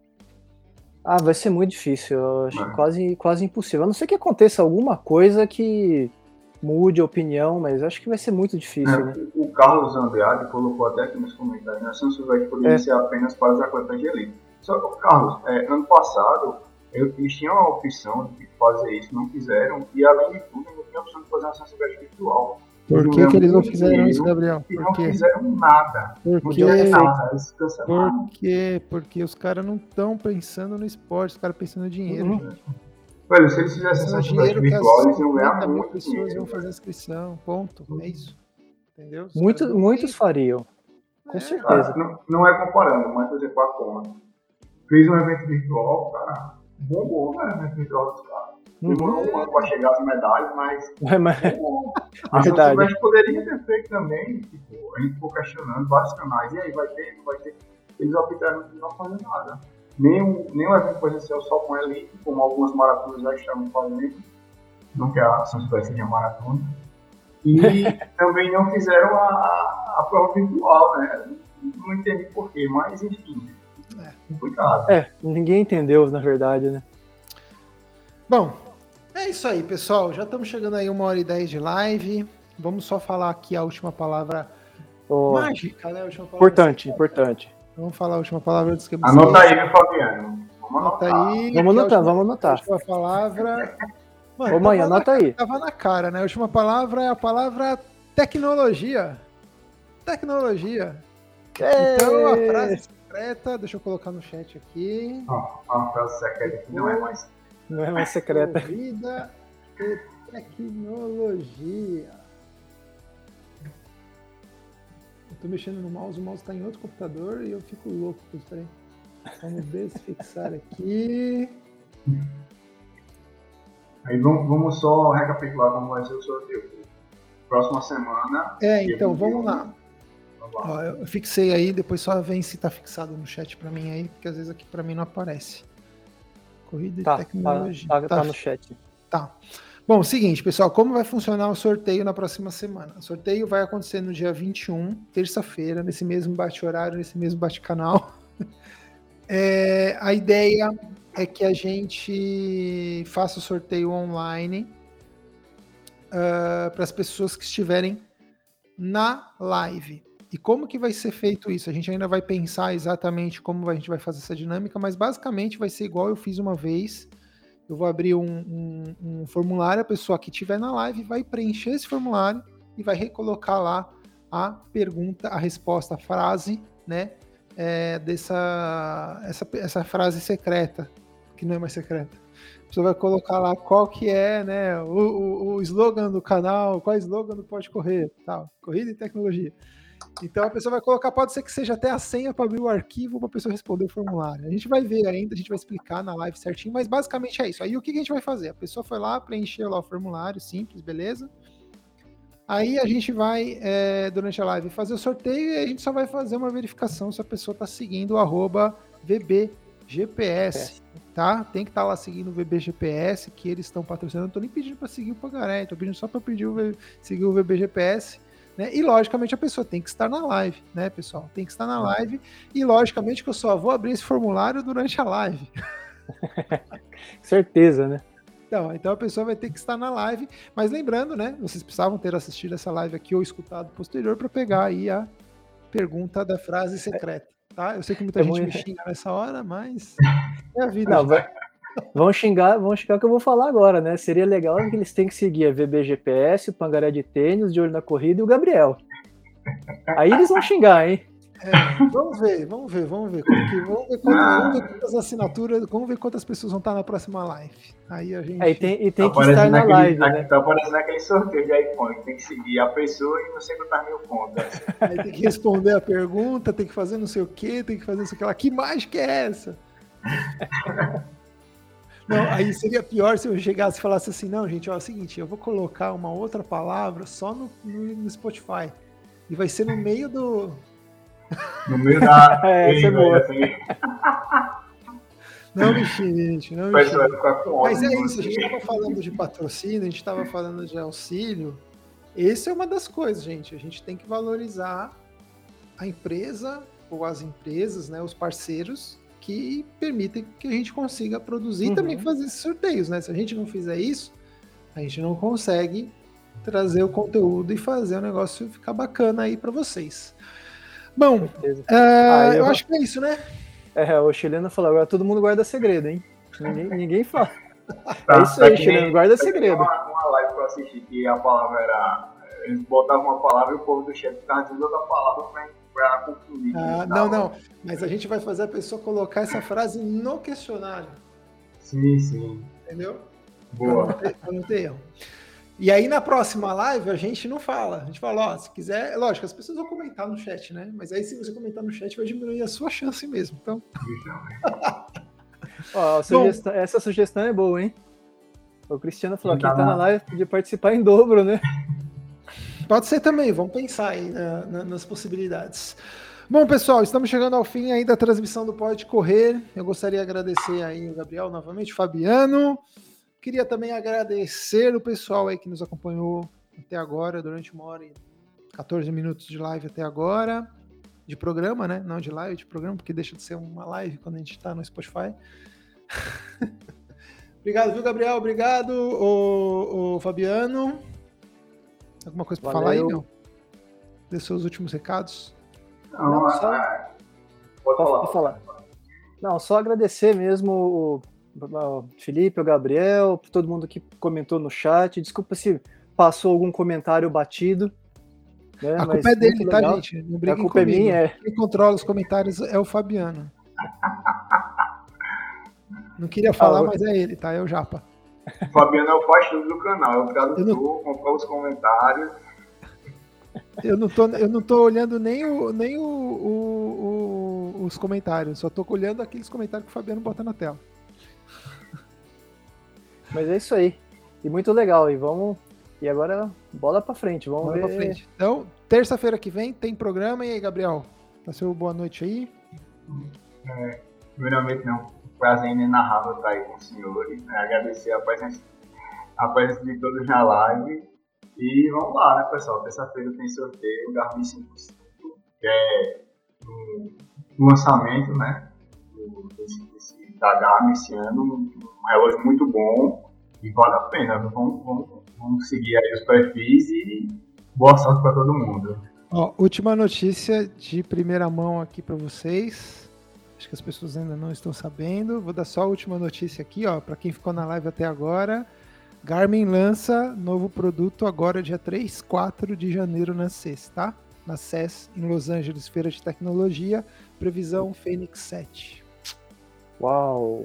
Vai ser muito difícil, eu acho quase impossível. A não ser que aconteça alguma coisa que mude a opinião, mas acho que vai ser muito difícil, né? O Carlos Andrade colocou até aqui nos comentários, né? A São Silvestre poderia ser apenas para os atletas de elite. Só que, Carlos, ano passado, eles tinham a opção de fazer isso, não fizeram, e além de tudo, ainda tinha a opção de fazer uma São Silvestre virtual. Por que eles não fizeram isso, Gabriel? Não fizeram nada. Por quê? Eles cancelaram. Por quê? Porque os caras não estão pensando no esporte, os caras pensando no dinheiro. Velho, se eles fizessem essa Silvestre virtual, eles iam ganhar muito pessoas dinheiro. Iam fazer inscrição, ponto. É isso. Entendeu? Muitos fariam. Com certeza. Cara, não é comparando, mas, por exemplo, a Coma fez um evento virtual, cara, bombou, né? O evento virtual dos caras. Demorou um ano para chegar às medalhas, mas a São Silvestre poderia ter feito também. Tipo, a gente ficou questionando vários canais. E aí, vai ter, não vai ter? Eles optaram de não fazer nada. Nem o evento presencial só com elite, como algumas maratonas já estavam fazendo. Não que a São Silvestre seja maratona. E também não fizeram a prova virtual, né? Não entendi porquê, mas enfim. Complicado. Ninguém entendeu, na verdade, né? Bom, é isso aí, pessoal. Já estamos chegando aí 1h10 de live. Vamos só falar aqui a última palavra mágica, né? A última palavra importante. Vamos falar a última palavra do esquema. Anota aí, meu Fabiano. Vamos anotar. A última palavra... Mano, ô mãe, anota aí. Tava na cara, né? A última palavra é a palavra tecnologia. Tecnologia. Então, a frase secreta, deixa eu colocar no chat aqui. A frase secreta que não é mais secreta. Vida e tecnologia. Eu tô mexendo no mouse, o mouse tá em outro computador e eu fico louco. Espera aí. Vamos desfixar aqui. Aí vamos só recapitular como vai ser o sorteio. Próxima semana. Então, vamos lá. Ó, eu fixei aí, depois só vem se tá fixado no chat pra mim aí, porque às vezes aqui pra mim não aparece. Corrida de tecnologia. Tá no chat. Tá. Bom, seguinte, pessoal, como vai funcionar o sorteio na próxima semana? O sorteio vai acontecer no dia 21, terça-feira, nesse mesmo bate-horário, nesse mesmo bate-canal. A ideia é que a gente faça o sorteio online para as pessoas que estiverem na live. E como que vai ser feito isso? A gente ainda vai pensar exatamente como a gente vai fazer essa dinâmica, mas basicamente vai ser igual eu fiz uma vez. Eu vou abrir um formulário, a pessoa que estiver na live vai preencher esse formulário e vai recolocar lá a pergunta, a resposta, a frase, né? Essa frase secreta, que não é mais secreta. A pessoa vai colocar lá qual que é, né, o slogan do canal, qual é o slogan do Pode Correr, tal, corrida e tecnologia. Então a pessoa vai colocar, pode ser que seja até a senha para abrir o arquivo para a pessoa responder o formulário. A gente vai ver ainda, a gente vai explicar na live certinho, mas basicamente é isso. Aí o que a gente vai fazer? A pessoa foi lá, preencheu lá o formulário, simples, beleza? Aí a gente vai, durante a live, fazer o sorteio e a gente só vai fazer uma verificação se a pessoa está seguindo o @VBGPS, tá? Tem que estar lá seguindo o VBGPS, que eles estão patrocinando. Não tô nem pedindo para seguir o Pangaré, tô pedindo só para seguir o VBGPS, né? E logicamente a pessoa tem que estar na live, né, pessoal? Tem que estar na live e logicamente que eu só vou abrir esse formulário durante a live. Certeza, né? Então a pessoa vai ter que estar na live, mas lembrando, né, vocês precisavam ter assistido essa live aqui ou escutado posterior para pegar aí a pergunta da frase secreta, tá? Eu sei que muita gente me xinga nessa hora, mas é a vida. Não, vão xingar o que eu vou falar agora, né? Seria legal que eles têm que seguir a VBGPS, o Pangaré de Tênis, De Olho na Corrida e o Gabriel. Aí eles vão xingar, hein? Vamos ver quantas assinaturas, vamos ver quantas pessoas vão estar na próxima live. Aí a gente. Tem que estar na live, né? Tá aparecendo aquele sorteio de iPhone, tem que seguir a pessoa e não sei quantas mil contas. Aí tem que responder a pergunta, tem que fazer não sei o que, tem que fazer não sei o que lá. Que mágica é essa? Não, aí seria pior se eu chegasse e falasse assim, não, gente, ó, é o seguinte, eu vou colocar uma outra palavra só no Spotify. E vai ser no meio do... No meio da... Essa é boa. Não me xingue, não me xingue. Mas é isso, a gente estava falando de patrocínio, a gente estava falando de auxílio. Essa é uma das coisas, gente. A gente tem que valorizar a empresa ou as empresas, né, os parceiros que permitem que a gente consiga produzir e também fazer esses sorteios, né? Se a gente não fizer isso, a gente não consegue trazer o conteúdo e fazer o negócio ficar bacana aí para vocês. Bom, eu acho que é isso, né? O chileno falou, agora todo mundo guarda segredo, hein? Ninguém fala. É isso aí, chileno, guarda segredo. Uma live que eu assisti que a palavra era... Eles botavam uma palavra e o povo do chat ficava dizendo outra palavra pra confundir. Não. Mas a gente vai fazer a pessoa colocar essa frase no questionário. Sim. Entendeu? Boa. Pra não ter erro. E aí na próxima live a gente não fala. A gente fala, ó, se quiser... Lógico, as pessoas vão comentar no chat, né? Mas aí se você comentar no chat vai diminuir a sua chance mesmo. Então... Essa sugestão é boa, hein? O Cristiano falou, quem tá na live podia participar em dobro, né? Pode ser também, vamos pensar aí nas possibilidades. Bom, pessoal, estamos chegando ao fim aí da transmissão do Pode Correr. Eu gostaria de agradecer aí o Gabriel novamente, o Fabiano. Queria também agradecer o pessoal aí que nos acompanhou até agora, durante 1h e 14 minutos de live até agora, de programa, né? Não de live, de programa, porque deixa de ser uma live quando a gente está no Spotify. Obrigado, viu, Gabriel? Obrigado, o Fabiano. Alguma coisa para falar aí, não? Dê seus últimos recados. Não, só... Pode falar. Não, só agradecer mesmo o Felipe, o Gabriel, todo mundo que comentou no chat. Desculpa se passou algum comentário batido. Né? A culpa é dele, tá, gente? Não briguem a culpa comigo. É minha. Quem controla os comentários é o Fabiano. Não queria falar, mas é ele, tá? É o Japa. O Fabiano é o pastor do canal, é o tradutor, comprou os comentários. Eu não tô olhando nem os comentários, só tô olhando aqueles comentários que o Fabiano bota na tela. Mas é isso aí. E muito legal. E agora, bola pra frente. Vamos ver. Pra frente. Então, terça-feira que vem tem programa. E aí, Gabriel? Dá seu boa noite aí. Primeiramente, não. Prazer inenarrável estar aí com os senhores. Agradecer a presença de todos na live. E vamos lá, né, pessoal? Terça-feira tem sorteio, o Garmin 500, que é o lançamento, né, da Garmin esse ano. Um relógio muito bom e vale a pena. Vamos seguir aí os perfis e boa sorte para todo mundo. Ó, última notícia de primeira mão aqui para vocês. Acho que as pessoas ainda não estão sabendo. Vou dar só a última notícia aqui, ó, para quem ficou na live até agora. Garmin lança novo produto agora dia 3, 4 de janeiro na CES, tá? Na CES, em Los Angeles, Feira de Tecnologia, previsão Fênix 7. Uau!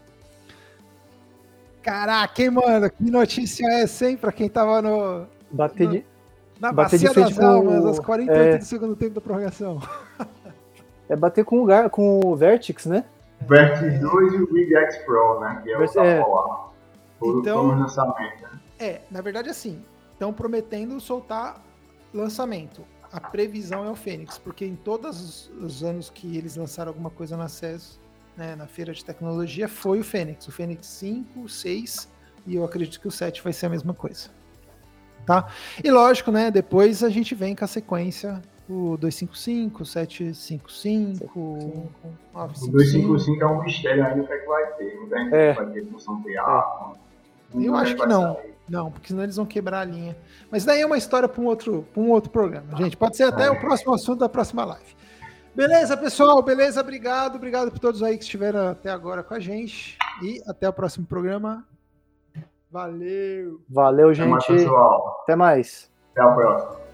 Caraca, hein, mano? Que notícia é essa, hein? Pra quem tava na bacia das almas, aos 48 do segundo tempo da prorrogação. É bater com o Vertix, né? Vertix 2 e o Big X Pro, né? Que é o lá. Então, lançamento. na verdade, assim, estão prometendo soltar lançamento. A previsão é o Fênix, porque em todos os anos que eles lançaram alguma coisa na CES, né, na feira de tecnologia, foi o Fênix 5, o 6, e eu acredito que o 7 vai ser a mesma coisa. Tá? E lógico, né, depois a gente vem com a sequência, o 255, o 755, o 955. O 255 é um mistério ainda o que é que vai ter. Não tem vai ter função PA. Eu acho que não. Não, porque senão eles vão quebrar a linha. Mas daí é uma história para um outro programa, gente. Pode ser até o próximo assunto da próxima live. Beleza, pessoal? Beleza? Obrigado por todos aí que estiveram até agora com a gente. E até o próximo programa. Valeu! Valeu, gente. Até mais, pessoal. Até mais. Até a próxima.